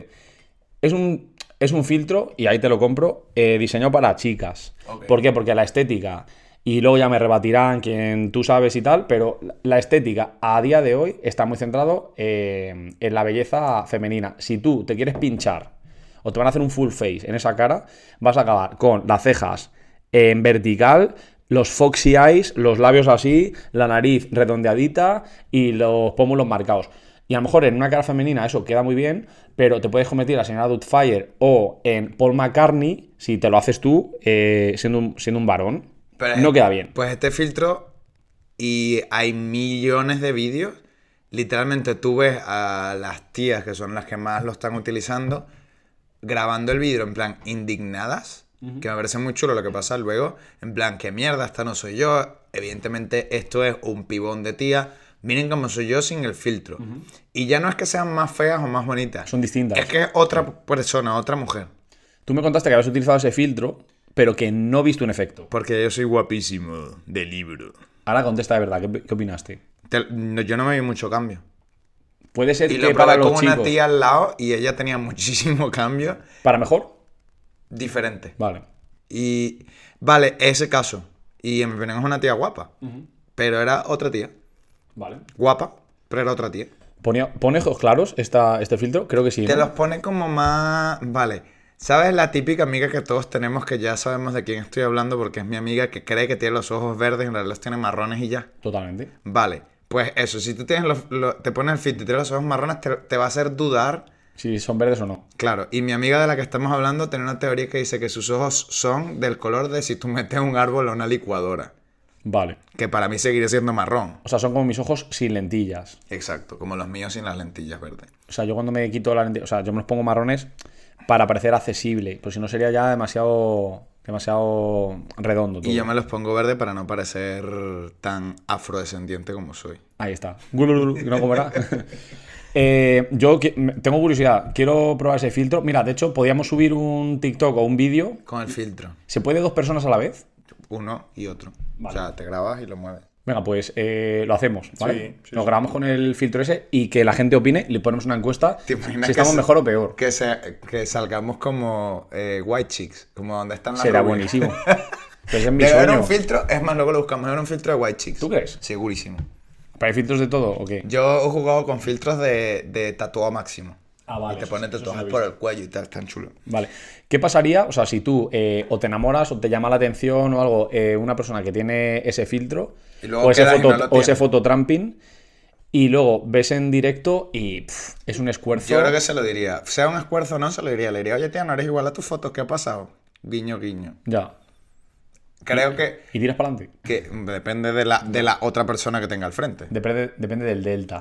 Es un filtro, y ahí te lo compro, diseñado para chicas. Ok. ¿Por qué? Porque la estética, y luego ya me rebatirán quien tú sabes y tal, pero la estética a día de hoy está muy centrado en la belleza femenina. Si tú te quieres pinchar o te van a hacer un full face en esa cara, vas a acabar con las cejas en vertical, los foxy eyes, los labios así, la nariz redondeadita y los pómulos marcados. Y a lo mejor en una cara femenina eso queda muy bien, pero te puedes convertir en la señora Doubtfire o en Paul McCartney si te lo haces tú siendo un varón. Pero No queda bien. Pues este filtro, y hay millones de vídeos, literalmente tú ves a las tías, que son las que más lo están utilizando, grabando el vídeo en plan indignadas, que me parece muy chulo lo que pasa luego, en plan, qué mierda, esta no soy yo, evidentemente esto es un pibón de tía, miren cómo soy yo sin el filtro. Y ya no es que sean más feas o más bonitas, Son distintas. es que es otra persona, otra mujer. Tú me contaste que habías utilizado ese filtro, pero que no viste un efecto. Porque yo soy guapísimo de libro. Ahora contesta de verdad, ¿qué opinaste? Yo no me vi mucho cambio. Puede ser Y que lo para probé los con chicos... una tía al lado y ella tenía muchísimo cambio ¿Para mejor? diferente. Vale. Y vale, ese caso. Y en mi opinión es una tía guapa. Pero era otra tía. Vale. Guapa, pero era otra tía. ¿Pone ojos claros este filtro? Creo que sí, Te ¿no? los pone como más... Vale. ¿Sabes la típica amiga que todos tenemos, que ya sabemos de quién estoy hablando porque es mi amiga, que cree que tiene los ojos verdes y en realidad los tiene marrones y ya? Totalmente. Vale. Pues eso, si tú tienes te pones el filtro y tienes los ojos marrones, te va a hacer dudar Si son verdes o no. Claro, y mi amiga de la que estamos hablando tiene una teoría que dice que sus ojos son del color de si tú metes un árbol a una licuadora. Vale. Que para mí seguiría siendo marrón. O sea, son como mis ojos sin lentillas. Exacto, como los míos sin las lentillas verdes. O sea, yo cuando me quito las lentillas, o sea, yo me los pongo marrones para parecer accesible, pues si no sería ya demasiado redondo todo. Y yo me los pongo verde para no parecer tan afrodescendiente como soy. Ahí está. ¿No cómo era? Tengo curiosidad, quiero probar ese filtro. Mira, de hecho, podríamos subir un TikTok o un vídeo. Con el filtro. ¿Se puede 2 personas a la vez? Uno y otro. Vale. O sea, te grabas y lo mueves. Venga, pues lo hacemos, ¿vale? Sí, Nos grabamos con el filtro ese y que la gente opine, le ponemos una encuesta ¿Te imaginas si estamos mejor o peor. Que salgamos como white chicks, como donde están las Será rubias. buenísimo. Pues es mi Debe haber sueño. un filtro, es más, luego lo buscamos, debe haber un filtro de white chicks. ¿Tú crees? Segurísimo. ¿Pero hay filtros de todo o qué? Yo he jugado con filtros de tatuado máximo. Ah, vale. Y te pones eso tatuajes sí lo he por visto. el cuello y tal, tan chulo. Vale. ¿Qué pasaría, o sea, si tú o te enamoras o te llama la atención o algo una persona que tiene ese filtro Y luego o ese, quedas y no lo o ese tienes? fototramping y luego ves en directo y es un esfuerzo? Yo creo que se lo diría. Sea un esfuerzo o no, se lo diría. Le diría, oye, tía, no eres igual a tus fotos, ¿qué ha pasado? Guiño, guiño. Ya. Creo que Y tiras para adelante. depende de la otra persona que tenga al frente. Depende del delta.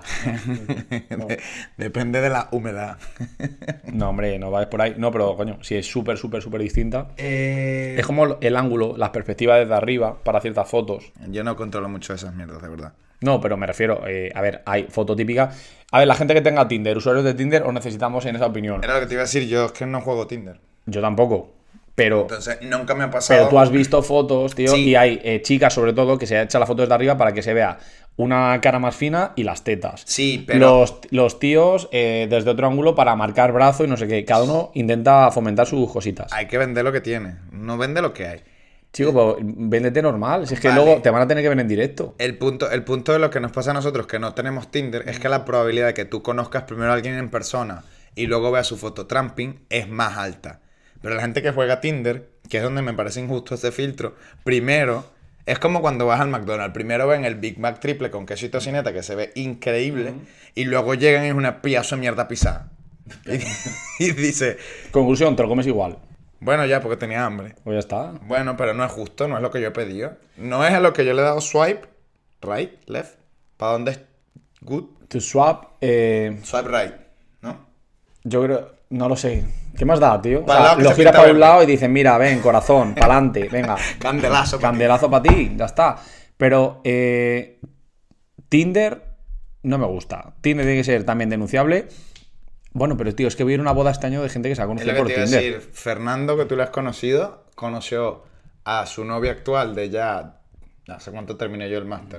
Depende de la humedad. No, hombre, no vayas por ahí. No, pero coño, si es súper distinta. Es como el ángulo, las perspectivas desde arriba para ciertas fotos. Yo no controlo mucho esas mierdas, de verdad. No, pero me refiero, a ver, hay foto típica. A ver, la gente que tenga Tinder, usuarios de Tinder, os necesitamos en esa opinión. Era lo que te iba a decir, yo es que no juego Tinder. Yo tampoco. Pero Entonces, nunca me ha pasado. Pero tú has visto fotos, tío, Sí. y hay chicas, sobre todo, que se echan la foto desde arriba para que se vea una cara más fina y las tetas. Sí, pero... Los tíos desde otro ángulo para marcar brazo y no sé qué. Cada uno intenta fomentar sus cositas. Hay que vender lo que tiene, no vende lo que hay. Chico, pues véndete normal. Si es que Vale. luego te van a tener que ver en directo. El punto de lo que nos pasa a nosotros que no tenemos Tinder es que la probabilidad de que tú conozcas primero a alguien en persona y luego veas su fototramping es más alta. Pero la gente que juega Tinder, que es donde me parece injusto ese filtro, primero, es como cuando vas al McDonald's. Primero ven el Big Mac triple con queso y tocineta, que se ve increíble, y luego llegan y es una piazo de mierda pisada. Y dice, Conclusión, te lo comes igual. bueno, ya, porque tenía hambre. Pues ya está. Bueno, pero no es justo, no es lo que yo he pedido. No es a lo que yo le he dado swipe, right, left, ¿para dónde es good? Tu swap, Swipe right, ¿no? yo creo, no lo sé. ¿Qué más da, tío? O Para el sea, lado que lo se giras pinta para un verde. lado y dicen, mira, ven, corazón, pa'lante, venga. Candelazo. pa' ti. Candelazo para ti, ya está. Pero Tinder no me gusta. Tinder tiene que ser también denunciable. Bueno, pero tío, es que voy a ir a una boda este año de gente que se ha Es conocido lo que por te iba a Tinder. decir. Fernando, que tú le has conocido, conoció a su novia actual de ya... ¿Hace cuánto terminé yo el máster?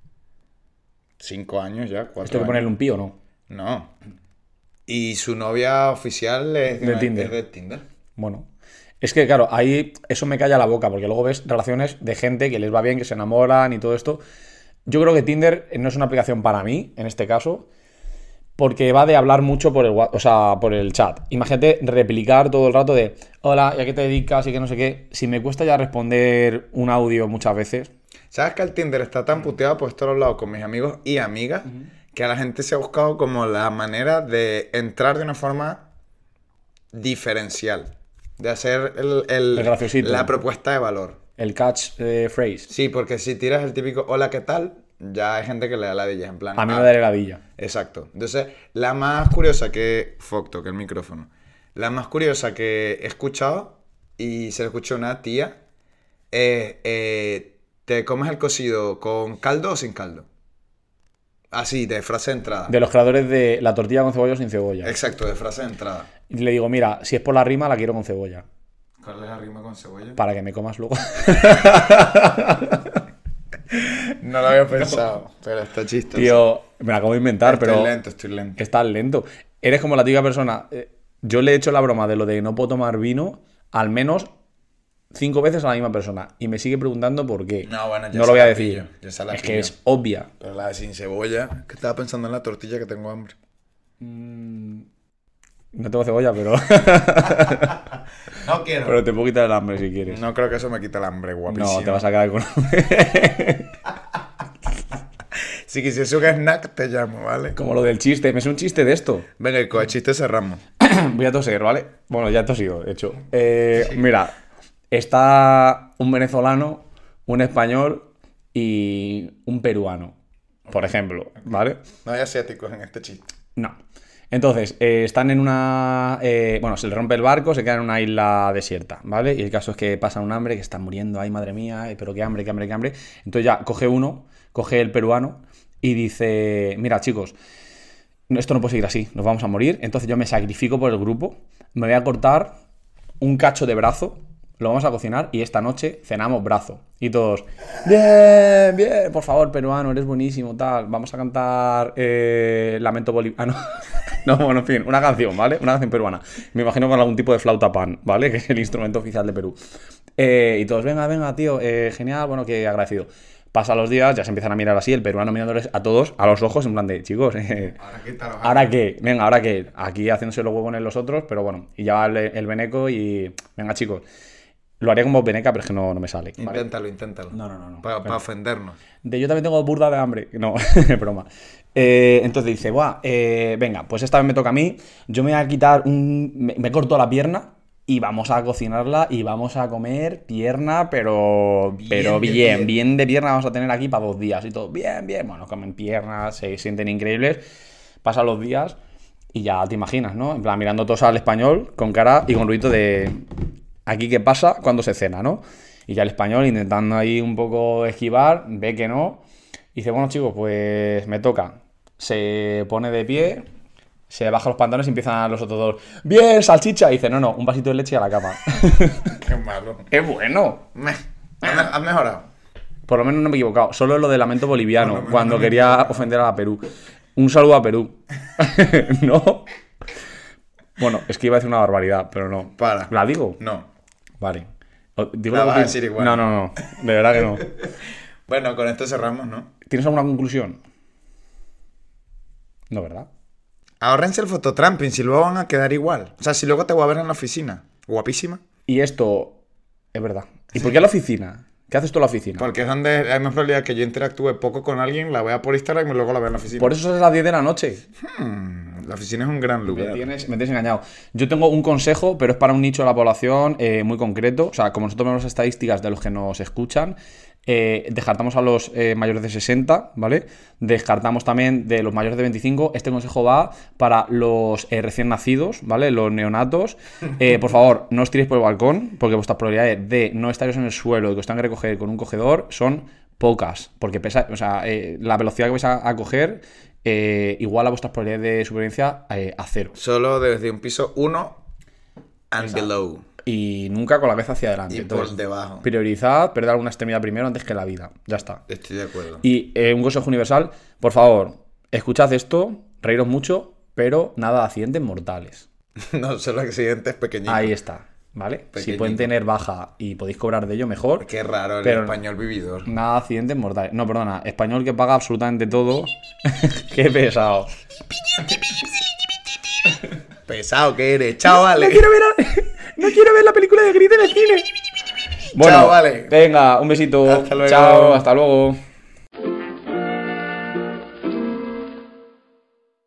5 años ya, 4 ¿Esto hay que años. ponerle un pío o no? No. Y su novia oficial es De Tinder. es de Tinder. Bueno. Es que, claro, ahí eso me calla la boca, porque luego ves relaciones de gente que les va bien, que se enamoran y todo esto. Yo creo que Tinder no es una aplicación para mí, en este caso, porque va de hablar mucho por por el chat. Imagínate replicar todo el rato de hola, ¿y a qué te dedicas? Y que no sé qué. Si me cuesta ya responder un audio muchas veces. ¿Sabes que el Tinder está tan puteado por todos lados con mis amigos y amigas que a la gente se ha buscado como la manera de entrar de una forma diferencial? De hacer El graciosito. la propuesta de valor. El catch phrase. Sí, porque si tiras el típico hola, ¿qué tal? Ya hay gente que le da ladilla, en plan... A mí ah, me da heladilla. Exacto. Entonces, la más curiosa que... Fuck, toqué el micrófono. La más curiosa que he escuchado, y se lo escuchó a una tía, ¿te comes el cocido con caldo o sin caldo? Así, de frase de entrada. De los creadores de la tortilla con cebolla o sin cebolla. Exacto, de frase de entrada. Y le digo, mira, si es por la rima, la quiero con cebolla. ¿Cuál es la rima con cebolla? Para que me comas luego. No lo había pensado, pero está chistoso. Tío, me la acabo de inventar, estoy pero lento, estoy lento. estás lento. Eres como la típica persona. Yo le he hecho la broma de lo de no puedo tomar vino al menos 5 veces a la misma persona. Y me sigue preguntando por qué. No, bueno, ya no se lo voy a la decir. pillo, ya se la Es que pillo. es obvia. Pero la de sin cebolla, que estaba pensando en la tortilla que tengo hambre. No tengo cebolla, pero, No quiero. pero te puedo quitar el hambre si quieres. No creo que eso me quite el hambre, guapísimo. No, te vas a quedar con hambre. Si quisiese un snack, te llamo, ¿vale? Como lo del chiste. Me sé un chiste de esto. Venga, y con el chiste cerramos. Voy a toser, ¿vale? Bueno, ya he tosido, de hecho. Mira, está un venezolano, un español y un peruano, por ejemplo, ¿vale? No hay asiáticos en este chiste. No. Entonces, están en una... bueno, se le rompe el barco, se queda en una isla desierta, ¿vale? Y el caso es que pasan un hambre, que están muriendo, ay, madre mía, pero qué hambre, qué hambre, qué hambre. Entonces ya coge el peruano y dice, mira, chicos, esto no puede seguir así, nos vamos a morir. Entonces yo me sacrifico por el grupo, me voy a cortar un cacho de brazo, lo vamos a cocinar y esta noche cenamos brazo. Y todos, bien, bien, por favor, peruano, eres buenísimo, tal. Vamos a cantar Lamento Boliviano. No, bueno, en fin, una canción, ¿vale? Una canción peruana. Me imagino con algún tipo de flauta pan, ¿vale? Que es el instrumento oficial de Perú. Y todos, venga, tío, genial, bueno, que agradecido. Pasan los días, ya se empiezan a mirar así, el peruano mirándoles a todos a los ojos, en plan de, chicos, ¿ahora qué? Venga, ¿ahora qué? Aquí haciéndose los huevos en los otros, pero bueno, y ya va el veneco y, venga, chicos, lo haría como veneca, pero es que no me sale. ¿Vale? Inténtalo. No. Para ofendernos. Yo también tengo burda de hambre. No, es broma. Entonces dice, venga, pues esta vez me toca a mí, yo me voy a quitar me corto la pierna y vamos a cocinarla y vamos a comer pierna, pero bien de pierna vamos a tener aquí para 2 días y todo. Bien. Bueno, comen piernas, se sienten increíbles. Pasan los días y ya te imaginas, ¿no? En plan, mirando todos al español con cara y con ruido de aquí qué pasa cuando se cena, ¿no? Y ya el español intentando ahí un poco esquivar, ve que no. Y dice, bueno, chicos, pues me toca. Se pone de pie, se baja los pantalones y empiezan los otros dos. ¡Bien, salchicha! Y dice, no, un vasito de leche y a la cama. Qué malo. ¡Es bueno! ¿Has mejorado? Por lo menos no me he equivocado. Solo lo de Lamento Boliviano, cuando quería ofender a Perú. Un saludo a Perú. ¿No? Bueno, es que iba a decir una barbaridad, pero no. Para. ¿La digo? No. Vale. Digo La vas a decir igual. No. De verdad que no. Bueno, con esto cerramos, ¿no? ¿Tienes alguna conclusión? No, ¿verdad? Ahórrense el fototramping, si luego van a quedar igual. O sea, si luego te voy a ver en la oficina. Guapísima. Y esto es verdad. ¿Y por qué a la oficina? ¿Qué haces tú en la oficina? Porque es donde hay más probabilidad que yo interactúe poco con alguien, la vea por Instagram y luego la vea en la oficina. Por eso es a las 10 de la noche. La oficina es un gran lugar. Me tienes engañado. Yo tengo un consejo, pero es para un nicho de la población muy concreto. O sea, como nosotros vemos las estadísticas de los que nos escuchan, descartamos a los mayores de 60, ¿vale? Descartamos también de los mayores de 25. Este consejo va para los recién nacidos, ¿vale? Los neonatos. Por favor, no os tiréis por el balcón, porque vuestras probabilidades de no estaros en el suelo y que os tengan que recoger con un cogedor son pocas, porque pesa, o sea, la velocidad que vais a coger igual a vuestras probabilidades de supervivencia a 0. Solo desde un piso 1 and below. Y nunca con la cabeza hacia adelante. Y entonces, por debajo. Priorizad perder alguna extremidad primero antes que la vida. Ya está. Estoy de acuerdo. Y un consejo universal, por favor, escuchad esto, reíros mucho, pero nada de accidentes mortales. No, solo accidentes pequeñitos. Ahí está. ¿Vale? Si pueden tener baja y podéis cobrar de ello, mejor. Qué raro el pero español vividor. Nada de accidentes mortales. No, perdona, español que paga absolutamente todo. Qué pesado. Pesado que eres, chavales. No quiero ver la película de Gris en el cine. Bueno, Chao, vale. Venga, un besito. Hasta luego. Chao, hasta luego.